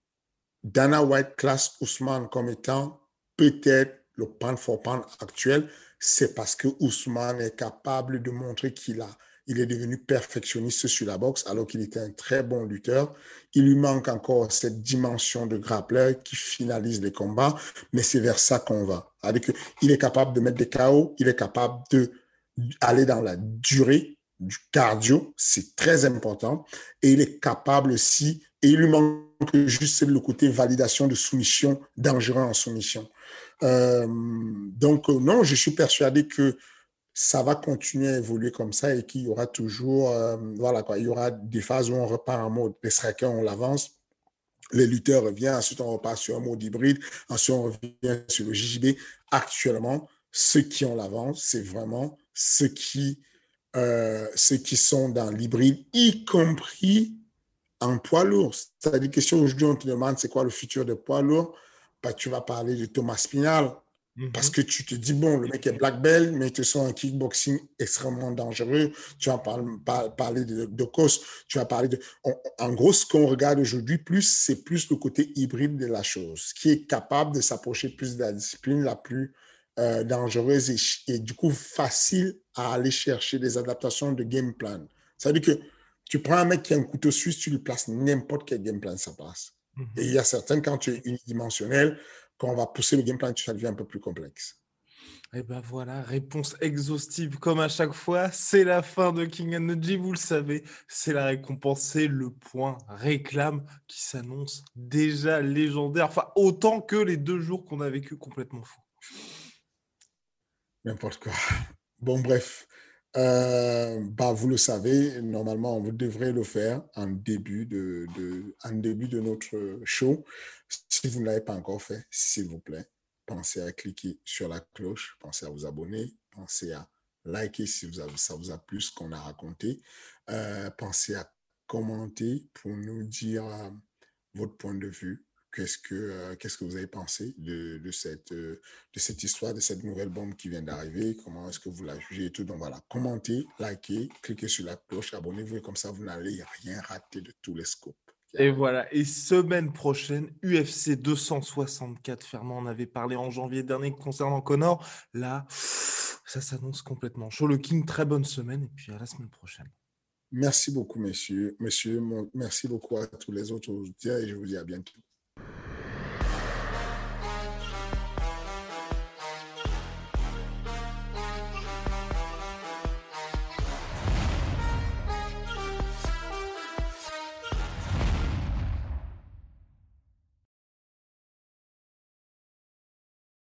Dana White classe Ousmane comme étant peut-être le pound for pound actuel, c'est parce que Ousmane est capable de montrer qu'il a, il est devenu perfectionniste sur la boxe alors qu'il était un très bon lutteur. Il lui manque encore cette dimension de grappleur qui finalise les combats, mais c'est vers ça qu'on va. C'est-à-dire qu'il est capable de mettre des K O, il est capable d'aller dans la durée du cardio, c'est très important, et il est capable aussi, et il lui manque juste le côté validation de soumission, dangereux en soumission. Euh, donc, non, je suis persuadé que ça va continuer à évoluer comme ça et qu'il y aura toujours, euh, voilà quoi, il y aura des phases où on repart en mode les strikers, on l'avance, les lutteurs reviennent, ensuite on repart sur un mode hybride, ensuite on revient sur le J J B. Actuellement, ceux qui ont l'avance, c'est vraiment ceux qui, euh, ceux qui sont dans l'hybride, y compris en poids lourd. C'est-à-dire que si aujourd'hui on te demande c'est quoi le futur des poids lourds, bah, tu vas parler de Thomas Spinal. Mm-hmm. Parce que tu te dis, bon, le mec est black belt, mais il te sort un kickboxing extrêmement dangereux. Tu vas par, par, parler de, de cause. Tu vas parler de. On, en gros, ce qu'on regarde aujourd'hui, plus, c'est plus le côté hybride de la chose, qui est capable de s'approcher plus de la discipline la plus euh, dangereuse et, et du coup facile à aller chercher des adaptations de game plan. C'est-à-dire que tu prends un mec qui a un couteau suisse, tu lui places n'importe quel game plan, ça passe. Mm-hmm. Et il y a certains, quand tu es unidimensionnel, quand on va pousser le game plan, ça devient un peu plus complexe. Et ben voilà, réponse exhaustive comme à chaque fois. C'est la fin de King Energy, vous le savez. C'est la récompense, c'est le point réclame qui s'annonce déjà légendaire. Enfin, autant que les deux jours qu'on a vécu complètement fous. N'importe quoi. Bon, bref. Euh, bah, vous le savez, normalement, vous devrez le faire en début de, de, en début de notre show. Si vous ne l'avez pas encore fait, s'il vous plaît, pensez à cliquer sur la cloche, pensez à vous abonner, pensez à liker si vous avez, ça vous a plu ce qu'on a raconté, euh, pensez à commenter pour nous dire euh, votre point de vue. Qu'est-ce que, euh, qu'est-ce que vous avez pensé de, de, cette, euh, de cette histoire, de cette nouvelle bombe qui vient d'arriver? Comment est-ce que vous la jugez et tout? Donc voilà, commentez, likez, cliquez sur la cloche, abonnez-vous et comme ça, vous n'allez rien rater de tous les scopes. Et voilà, et semaine prochaine, U F C deux cent soixante-quatre, Fernand en avait parlé en janvier dernier concernant Conor. Là, ça s'annonce complètement chaud. Le King, très bonne semaine et puis à la semaine prochaine. Merci beaucoup, messieurs. Monsieur, merci beaucoup à tous les autres auditeurs et je vous dis à bientôt.